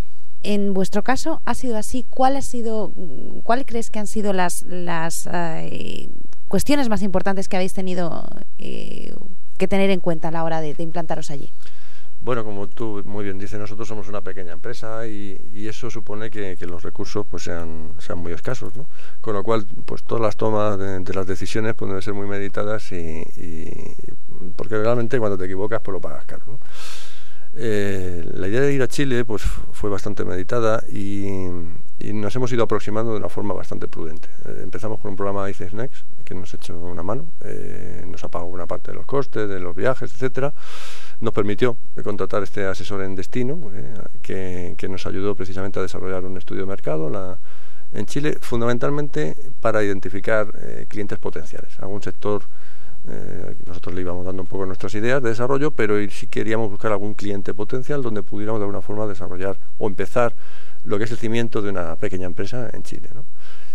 S1: En vuestro caso, ¿ha sido así? ¿Cuál ha sido, cuál crees que han sido las, las eh, cuestiones más importantes que habéis tenido eh, que tener en cuenta a la hora de, de implantaros allí?
S7: Bueno, como tú muy bien dices, nosotros somos una pequeña empresa y, y eso supone que, que los recursos pues sean, sean muy escasos, ¿no? Con lo cual, pues todas las tomas de, de las decisiones pues, deben ser muy meditadas y, y porque realmente cuando te equivocas pues lo pagas caro, ¿no? Eh, la idea de ir a Chile pues fue bastante meditada y, y nos hemos ido aproximando de una forma bastante prudente. Eh, empezamos con un programa de I C E S Next, que nos ha hecho una mano, eh, nos ha pagado una parte de los costes, de los viajes, etcétera. Nos permitió contratar este asesor en destino, eh, que, que nos ayudó precisamente a desarrollar un estudio de mercado la, en Chile, fundamentalmente para identificar eh, clientes potenciales, algún sector. Eh, nosotros le íbamos dando un poco nuestras ideas de desarrollo, pero sí queríamos buscar algún cliente potencial donde pudiéramos de alguna forma desarrollar o empezar lo que es el cimiento de una pequeña empresa en Chile, ¿no?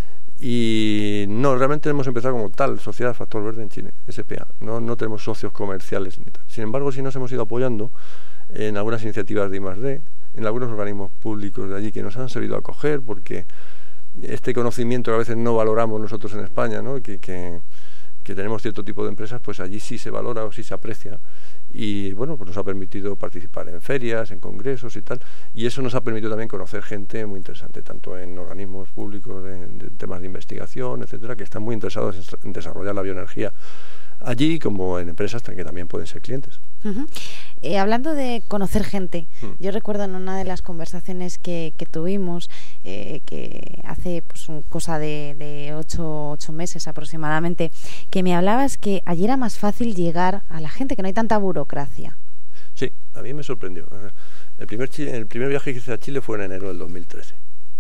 S7: Y no, realmente hemos empezado como tal, Sociedad Factor Verde en Chile, S P A, no, no tenemos socios comerciales ni tal. Sin embargo, sí nos hemos ido apoyando en algunas iniciativas de I más D, en algunos organismos públicos de allí que nos han servido a acoger, porque este conocimiento que a veces no valoramos nosotros en España, ¿no? que, que que tenemos cierto tipo de empresas, pues allí sí se valora o sí se aprecia, y bueno, pues nos ha permitido participar en ferias, en congresos y tal, y eso nos ha permitido también conocer gente muy interesante, tanto en organismos públicos de, de temas de investigación, etcétera, que están muy interesados en desarrollar la bioenergía allí, como en empresas que también pueden ser clientes.
S1: Uh-huh. Eh, hablando de conocer gente, hmm. yo recuerdo en una de las conversaciones que, que tuvimos, eh, que hace pues un, cosa de, de ocho, ocho meses aproximadamente, que me hablabas que allí era más fácil llegar a la gente, que no hay tanta burocracia.
S7: Sí, a mí me sorprendió. El primer, el primer viaje que hice a Chile fue en enero del dos mil trece.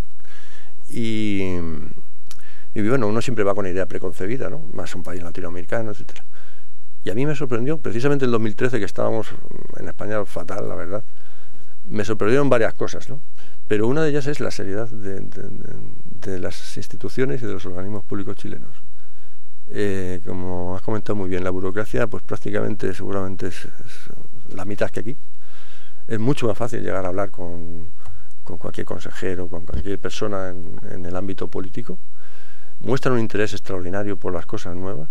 S7: Y... Y bueno, uno siempre va con idea preconcebida, ¿no? Más un país latinoamericano, etcétera. Y a mí me sorprendió, precisamente en dos mil trece, que estábamos en España fatal, la verdad, me sorprendieron varias cosas, ¿no? Pero una de ellas es la seriedad de, de, de, de las instituciones y de los organismos públicos chilenos. Eh, como has comentado muy bien, la burocracia, pues prácticamente, seguramente es, es la mitad que aquí. Es mucho más fácil llegar a hablar con, con cualquier consejero, con cualquier persona en, en el ámbito político. Muestran un interés extraordinario por las cosas nuevas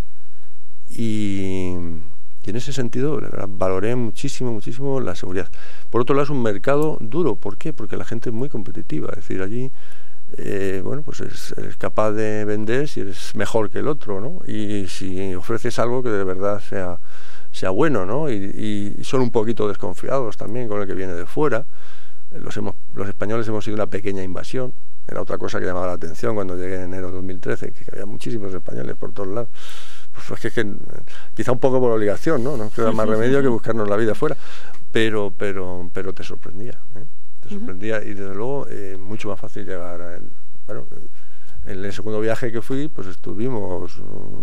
S7: y, y en ese sentido, la verdad, valoré muchísimo, muchísimo la seguridad. Por otro lado, es un mercado duro. ¿Por qué? Porque la gente es muy competitiva. Es decir, allí, eh, bueno, pues es, eres capaz de vender si eres mejor que el otro, ¿no? Y si ofreces algo que de verdad sea, sea bueno, ¿no? Y, y son un poquito desconfiados también con el que viene de fuera. Los, hemos, los españoles hemos sido una pequeña invasión. Era otra cosa que llamaba la atención cuando llegué en enero de dos mil trece, que había muchísimos españoles por todos lados. Pues es que, quizá un poco por obligación, ¿no? No queda más remedio que buscarnos la vida fuera, pero pero pero te sorprendía, ¿eh? Te sorprendía y desde luego eh, mucho más fácil llegar a él. Bueno, en el segundo viaje que fui, pues estuvimos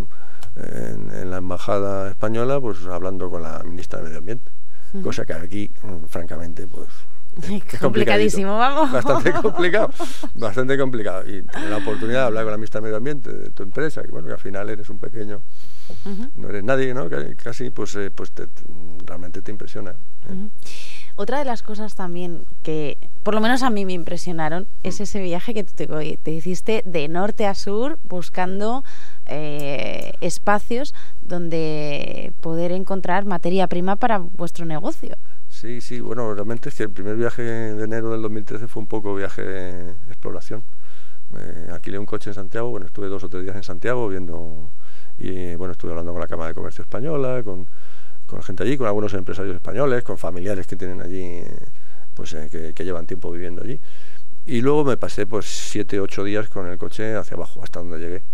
S7: en, en la embajada española, pues hablando con la ministra de Medio Ambiente, uh-huh. cosa que aquí, francamente, pues
S1: es complicadísimo, vamos.
S7: Bastante complicado, bastante complicado. Y tener la oportunidad de hablar con la ministra de Medio Ambiente de tu empresa, que bueno, que al final eres un pequeño, uh-huh. no eres nadie, ¿no? Que casi, pues, eh, pues te, te, realmente te impresiona.
S1: Uh-huh. Otra de las cosas también que, por lo menos a mí me impresionaron, uh-huh. es ese viaje que te, te hiciste de norte a sur buscando eh, espacios donde poder encontrar materia prima para vuestro negocio.
S7: Sí, sí, bueno, realmente es que el primer viaje de enero del dos mil trece fue un poco viaje de exploración. Me alquilé un coche en Santiago, bueno, estuve dos o tres días en Santiago viendo, y bueno, estuve hablando con la Cámara de Comercio Española, con, con gente allí, con algunos empresarios españoles, con familiares que tienen allí, pues eh, que, que llevan tiempo viviendo allí. Y luego me pasé pues siete, ocho días con el coche hacia abajo, hasta donde llegué.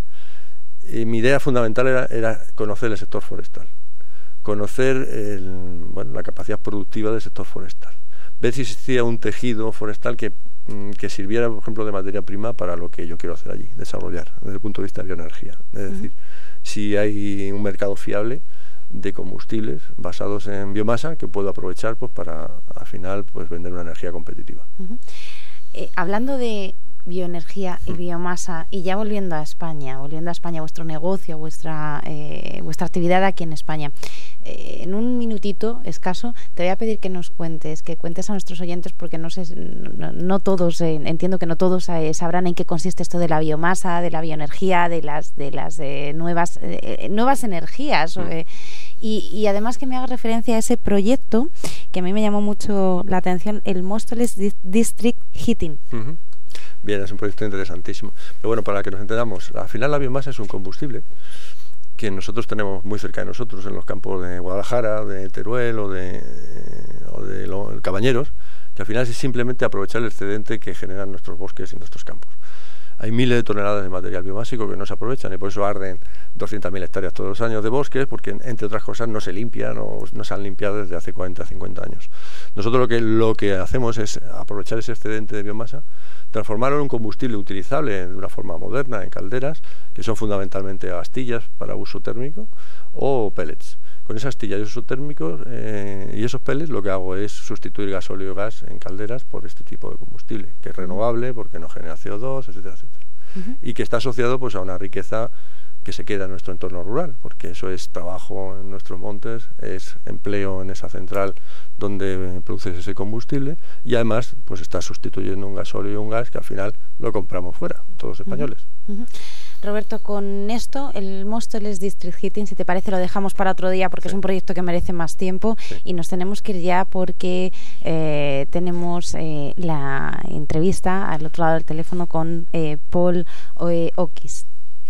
S7: Y mi idea fundamental era, era conocer el sector forestal. Conocer el, bueno, la capacidad productiva del sector forestal, ver si existía un tejido forestal que, que sirviera, por ejemplo, de materia prima para lo que yo quiero hacer allí, desarrollar desde el punto de vista de bioenergía. Es uh-huh. decir, si hay un mercado fiable de combustibles basados en biomasa que puedo aprovechar pues para al final pues vender una energía competitiva.
S1: Uh-huh. Eh, hablando de bioenergía y biomasa, y ya volviendo a España, volviendo a España, vuestro negocio, vuestra eh, vuestra actividad aquí en España, eh, en un minutito escaso te voy a pedir que nos cuentes, que cuentes a nuestros oyentes, porque no sé, no, no todos, eh, entiendo que no todos eh, sabrán en qué consiste esto de la biomasa, de la bioenergía, de las de las eh, nuevas eh, nuevas energías, mm. eh, y, y además que me haga referencia a ese proyecto que a mí me llamó mucho la atención, el Móstoles District Heating.
S7: Uh-huh. Bien, es un proyecto interesantísimo. Pero bueno, para que nos entendamos, al final la biomasa es un combustible que nosotros tenemos muy cerca de nosotros, en los campos de Guadalajara, de Teruel o de, o de lo, Cabañeros, que al final es simplemente aprovechar el excedente que generan nuestros bosques y nuestros campos. Hay miles de toneladas de material biomásico que no se aprovechan y por eso arden doscientas mil hectáreas todos los años de bosques, porque entre otras cosas no se limpian o no se han limpiado desde hace cuarenta a cincuenta años. Nosotros lo que, lo que hacemos es aprovechar ese excedente de biomasa, transformarlo en un combustible utilizable de una forma moderna en calderas, que son fundamentalmente astillas para uso térmico o pellets. Con esas astillas y uso térmico eh, y esos pellets lo que hago es sustituir gasóleo y gas en calderas por este tipo de combustible, que es renovable porque no genera C O dos, etcétera, etcétera. Uh-huh. Y que está asociado pues a una riqueza que se queda en nuestro entorno rural, porque eso es trabajo en nuestros montes, es empleo en esa central donde produces ese combustible y además pues está sustituyendo un gasóleo y un gas que al final lo compramos fuera, todos españoles.
S1: Uh-huh. Uh-huh. Roberto, con esto, el Móstoles District Heating, si te parece, lo dejamos para otro día porque sí. es un proyecto que merece más tiempo sí. y nos tenemos que ir ya porque eh, tenemos eh, la entrevista al otro lado del teléfono con eh, Paul O'Keefe.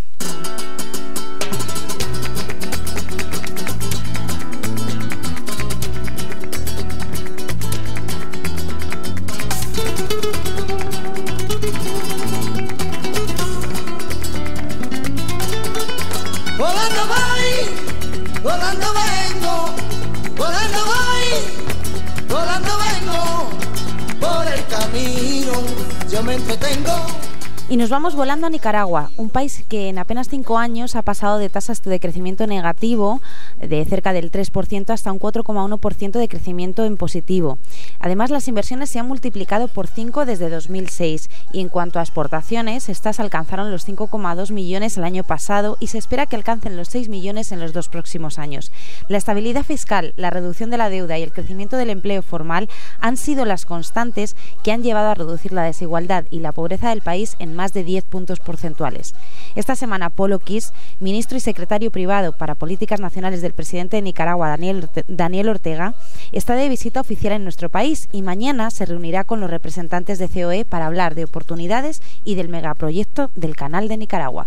S13: Volando voy, volando vengo, volando voy, volando vengo, por el camino yo me entretengo.
S1: Y nos vamos volando a Nicaragua, un país que en apenas cinco años ha pasado de tasas de crecimiento negativo de cerca del tres por ciento hasta un cuatro coma uno por ciento de crecimiento en positivo. Además, las inversiones se han multiplicado por cinco desde dos mil seis y en cuanto a exportaciones, estas alcanzaron los cinco coma dos millones el año pasado y se espera que alcancen los seis millones en los dos próximos años. La estabilidad fiscal, la reducción de la deuda y el crecimiento del empleo formal han sido las constantes que han llevado a reducir la desigualdad y la pobreza del país en más de diez puntos porcentuales. Esta semana, Paul O'Keefe, ministro y secretario privado para Políticas Nacionales del presidente de Nicaragua, Daniel, Daniel Ortega, está de visita oficial en nuestro país y mañana se reunirá con los representantes de C O E para hablar de oportunidades y del megaproyecto del Canal de Nicaragua.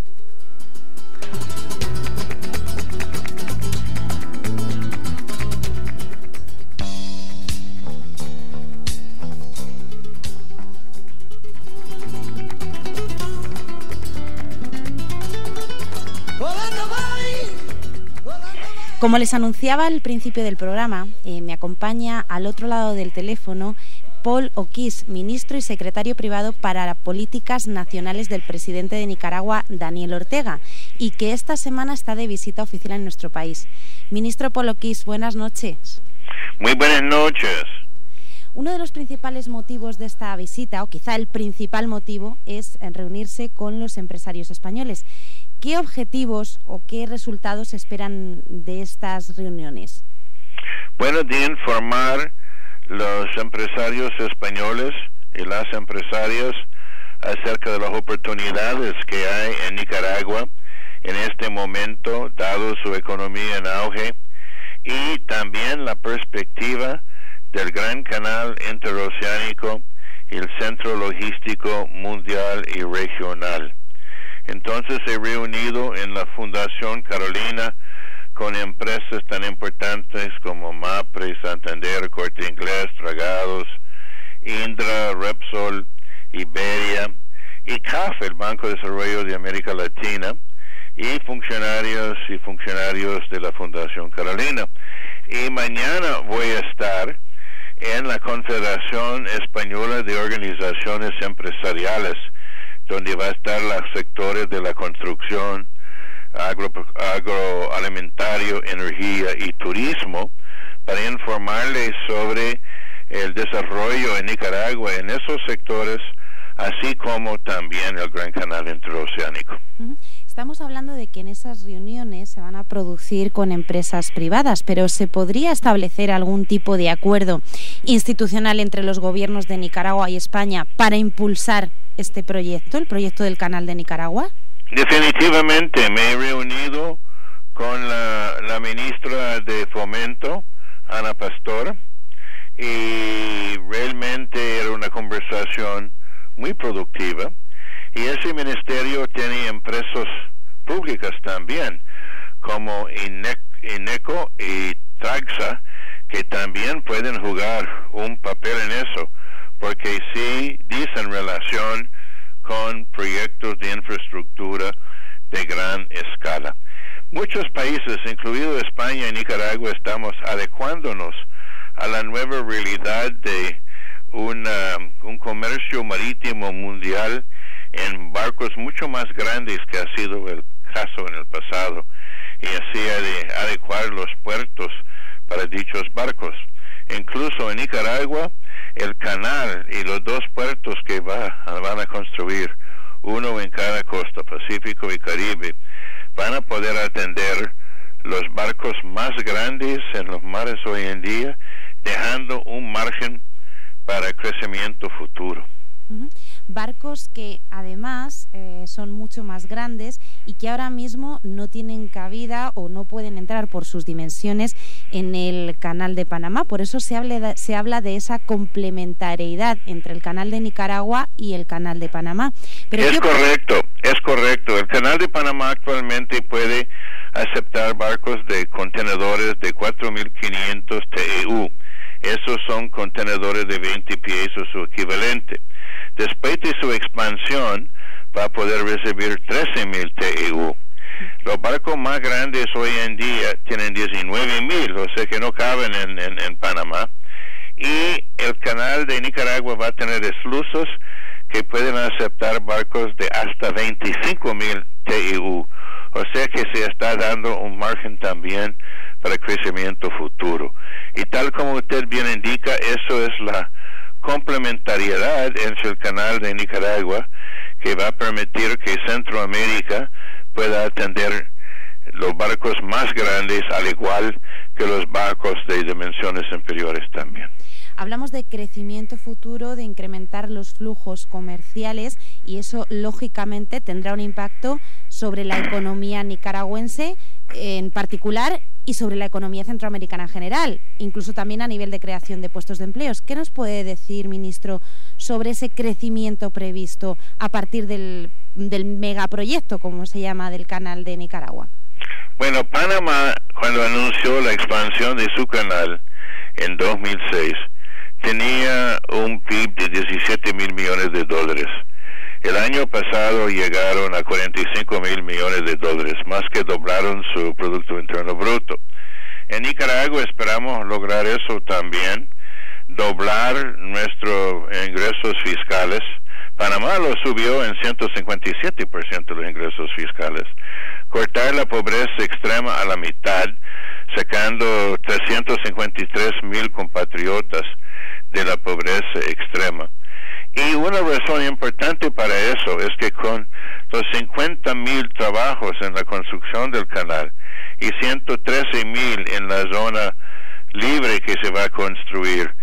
S1: Como les anunciaba al principio del programa, eh, me acompaña al otro lado del teléfono Paul O'Keefe, ministro y secretario privado para Políticas Nacionales del presidente de Nicaragua, Daniel Ortega, y que esta semana está de visita oficial en nuestro país. Ministro Paul O'Keefe, buenas noches.
S14: Muy buenas noches.
S1: Uno de los principales motivos de esta visita, o quizá el principal motivo, es reunirse con los empresarios españoles. ¿Qué objetivos o qué resultados esperan de estas reuniones?
S14: Bueno, de informar los empresarios españoles y las empresarias acerca de las oportunidades que hay en Nicaragua en este momento, dado su economía en auge, y también la perspectiva del Gran Canal Interoceánico y el Centro Logístico Mundial y Regional. Entonces he reunido en la Fundación Carolina con empresas tan importantes como MAPRE, Santander, Corte Inglés, Dragados, Indra, Repsol, Iberia y C A F, el Banco de Desarrollo de América Latina, y funcionarios y funcionarios de la Fundación Carolina. Y mañana voy a estar en la Confederación Española de Organizaciones Empresariales, donde va a estar los sectores de la construcción, agro, agroalimentario, energía y turismo, para informarles sobre el desarrollo en Nicaragua en esos sectores, así como también el Gran Canal Interoceánico.
S1: Estamos hablando de que en esas reuniones se van a producir con empresas privadas, pero ¿se podría establecer algún tipo de acuerdo institucional entre los gobiernos de Nicaragua y España para impulsar este proyecto, el proyecto del Canal de Nicaragua?
S14: Definitivamente, me he reunido con la, la ministra de Fomento, Ana Pastor, y realmente era una conversación muy productiva, y ese ministerio tiene empresas públicas también, como INECO y TAGSA, que también pueden jugar un papel en eso. porque sí dicen relación con proyectos de infraestructura de gran escala. Muchos países, incluido España y Nicaragua, estamos adecuándonos a la nueva realidad de una, un comercio marítimo mundial en barcos mucho más grandes que ha sido el caso en el pasado, y así de adecuar los puertos para dichos barcos. Incluso en Nicaragua, el canal y los dos puertos que va, van a construir, uno en cada costa, Pacífico y Caribe, van a poder atender los barcos más grandes en los mares hoy en día, dejando un margen para crecimiento futuro.
S1: Uh-huh. Barcos que además eh, son mucho más grandes y que ahora mismo no tienen cabida o no pueden entrar por sus dimensiones en el Canal de Panamá. Por eso se habla de, se habla de esa complementariedad entre el Canal de Nicaragua y el Canal de Panamá. Pero
S14: es
S1: yo...
S14: correcto, es correcto. El Canal de Panamá actualmente puede aceptar barcos de contenedores de cuatro mil quinientos T E U. Esos son contenedores de veinte pies o su equivalente. Después de su expansión, va a poder recibir trece mil T E U. Los barcos más grandes hoy en día tienen diecinueve mil, o sea que no caben en, en, en Panamá. Y el canal de Nicaragua va a tener esclusas que pueden aceptar barcos de hasta veinticinco mil T E U. O sea que se está dando un margen también para crecimiento futuro. Y tal como usted bien indica, eso es la complementariedad entre el canal de Nicaragua, que va a permitir que Centroamérica pueda atender los barcos más grandes, al igual que los barcos de dimensiones inferiores también.
S1: Hablamos de crecimiento futuro, de incrementar los flujos comerciales, y eso lógicamente tendrá un impacto sobre la economía nicaragüense en particular y sobre la economía centroamericana en general, incluso también a nivel de creación de puestos de empleos. ¿Qué nos puede decir, ministro, sobre ese crecimiento previsto a partir del, del megaproyecto, como se llama, del Canal de Nicaragua?
S14: Bueno, Panamá, cuando anunció la expansión de su canal en dos mil seis, tenía un P I B de diecisiete mil millones de dólares. El año pasado llegaron a cuarenta y cinco mil millones de dólares, más que doblaron su Producto Interno Bruto. En Nicaragua esperamos lograr eso también, doblar nuestros ingresos fiscales. Panamá lo subió en ciento cincuenta y siete por ciento los ingresos fiscales. Cortar la pobreza extrema a la mitad, sacando trescientos cincuenta y tres mil compatriotas de la pobreza extrema. Y una razón importante para eso es que con los cincuenta mil trabajos en la construcción del canal y ciento trece mil en la zona libre que se va a construir,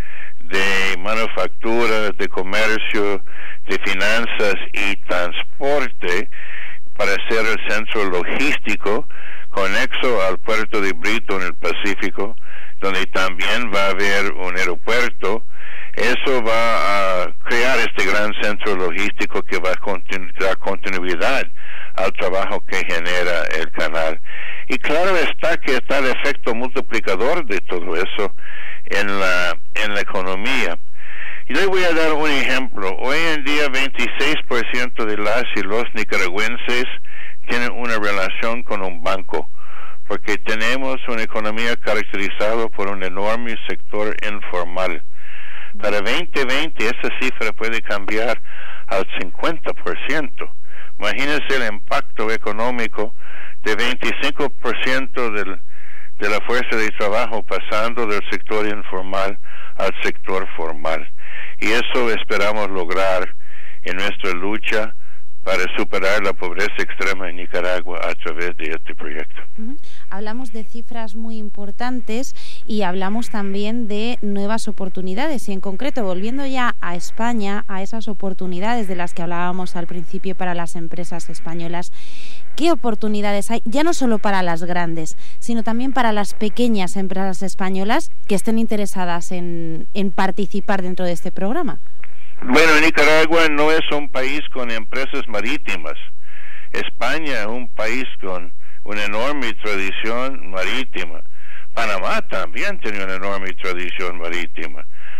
S14: de manufactura, de comercio, de finanzas y transporte, para ser el centro logístico conexo al puerto de Brito en el Pacífico, donde también va a haber un aeropuerto. Eso va a crear este gran centro logístico que va a continu- dar continuidad al trabajo que genera el canal. Y claro está que está el efecto multiplicador de todo eso en la, en la economía. Y le voy a dar un ejemplo. Hoy en día veintiséis por ciento de las y los nicaragüenses tienen una relación con un banco, porque tenemos una economía caracterizada por un enorme sector informal. Para veinte veinte esa cifra puede cambiar al cincuenta por ciento. Imagínense el impacto económico de veinticinco por ciento del, de la fuerza de trabajo pasando del sector informal al sector formal. Y eso esperamos lograr en nuestra lucha para superar la pobreza extrema en Nicaragua a través de este proyecto.
S1: Uh-huh. Hablamos de cifras muy importantes y hablamos también de nuevas oportunidades, y en concreto, volviendo ya a España, a esas oportunidades de las que hablábamos al principio para las empresas españolas, ¿qué oportunidades hay, ya no solo para las grandes, sino también para las pequeñas empresas españolas que estén interesadas en, en participar dentro de este programa?
S14: Bueno, Nicaragua no es un país con empresas marítimas. España es un país con una enorme tradición marítima. Panamá también tiene una enorme tradición marítima.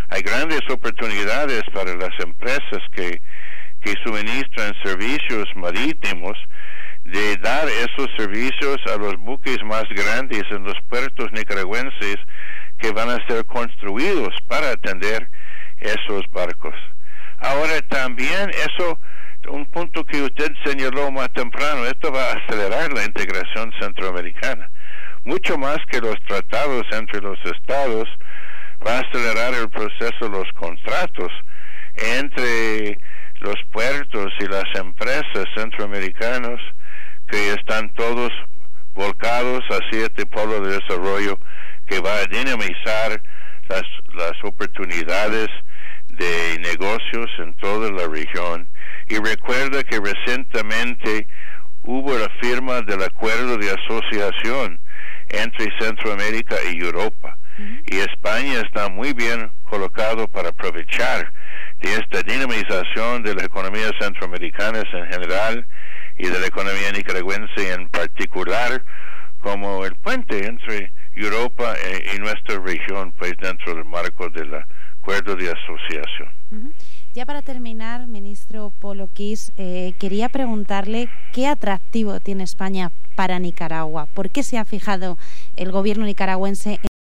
S14: hay grandes oportunidades para las empresas que, que suministran servicios marítimos de dar esos servicios a los buques más grandes en los puertos nicaragüenses que van a ser construidos para atender esos barcos. Ahora también eso, un punto que usted señaló más temprano, esto va a acelerar la integración centroamericana. Mucho más que los tratados entre los estados, va a acelerar el proceso de los contratos entre los puertos y las empresas centroamericanos que están todos volcados hacia este polo de desarrollo que va a dinamizar las, las oportunidades de negocios en toda la región. Y recuerda que recientemente hubo la firma del acuerdo de asociación entre Centroamérica y Europa. Uh-huh. Y España está muy bien colocado para aprovechar de esta dinamización de las economías centroamericanas en general y de la economía nicaragüense en particular, como el puente entre Europa e, y nuestra región, pues dentro del marco del acuerdo de asociación.
S1: Uh-huh. Ya para terminar, ministro Polo Kiss, eh, quería preguntarle qué atractivo tiene España para Nicaragua. ¿Por qué se ha fijado el gobierno nicaragüense en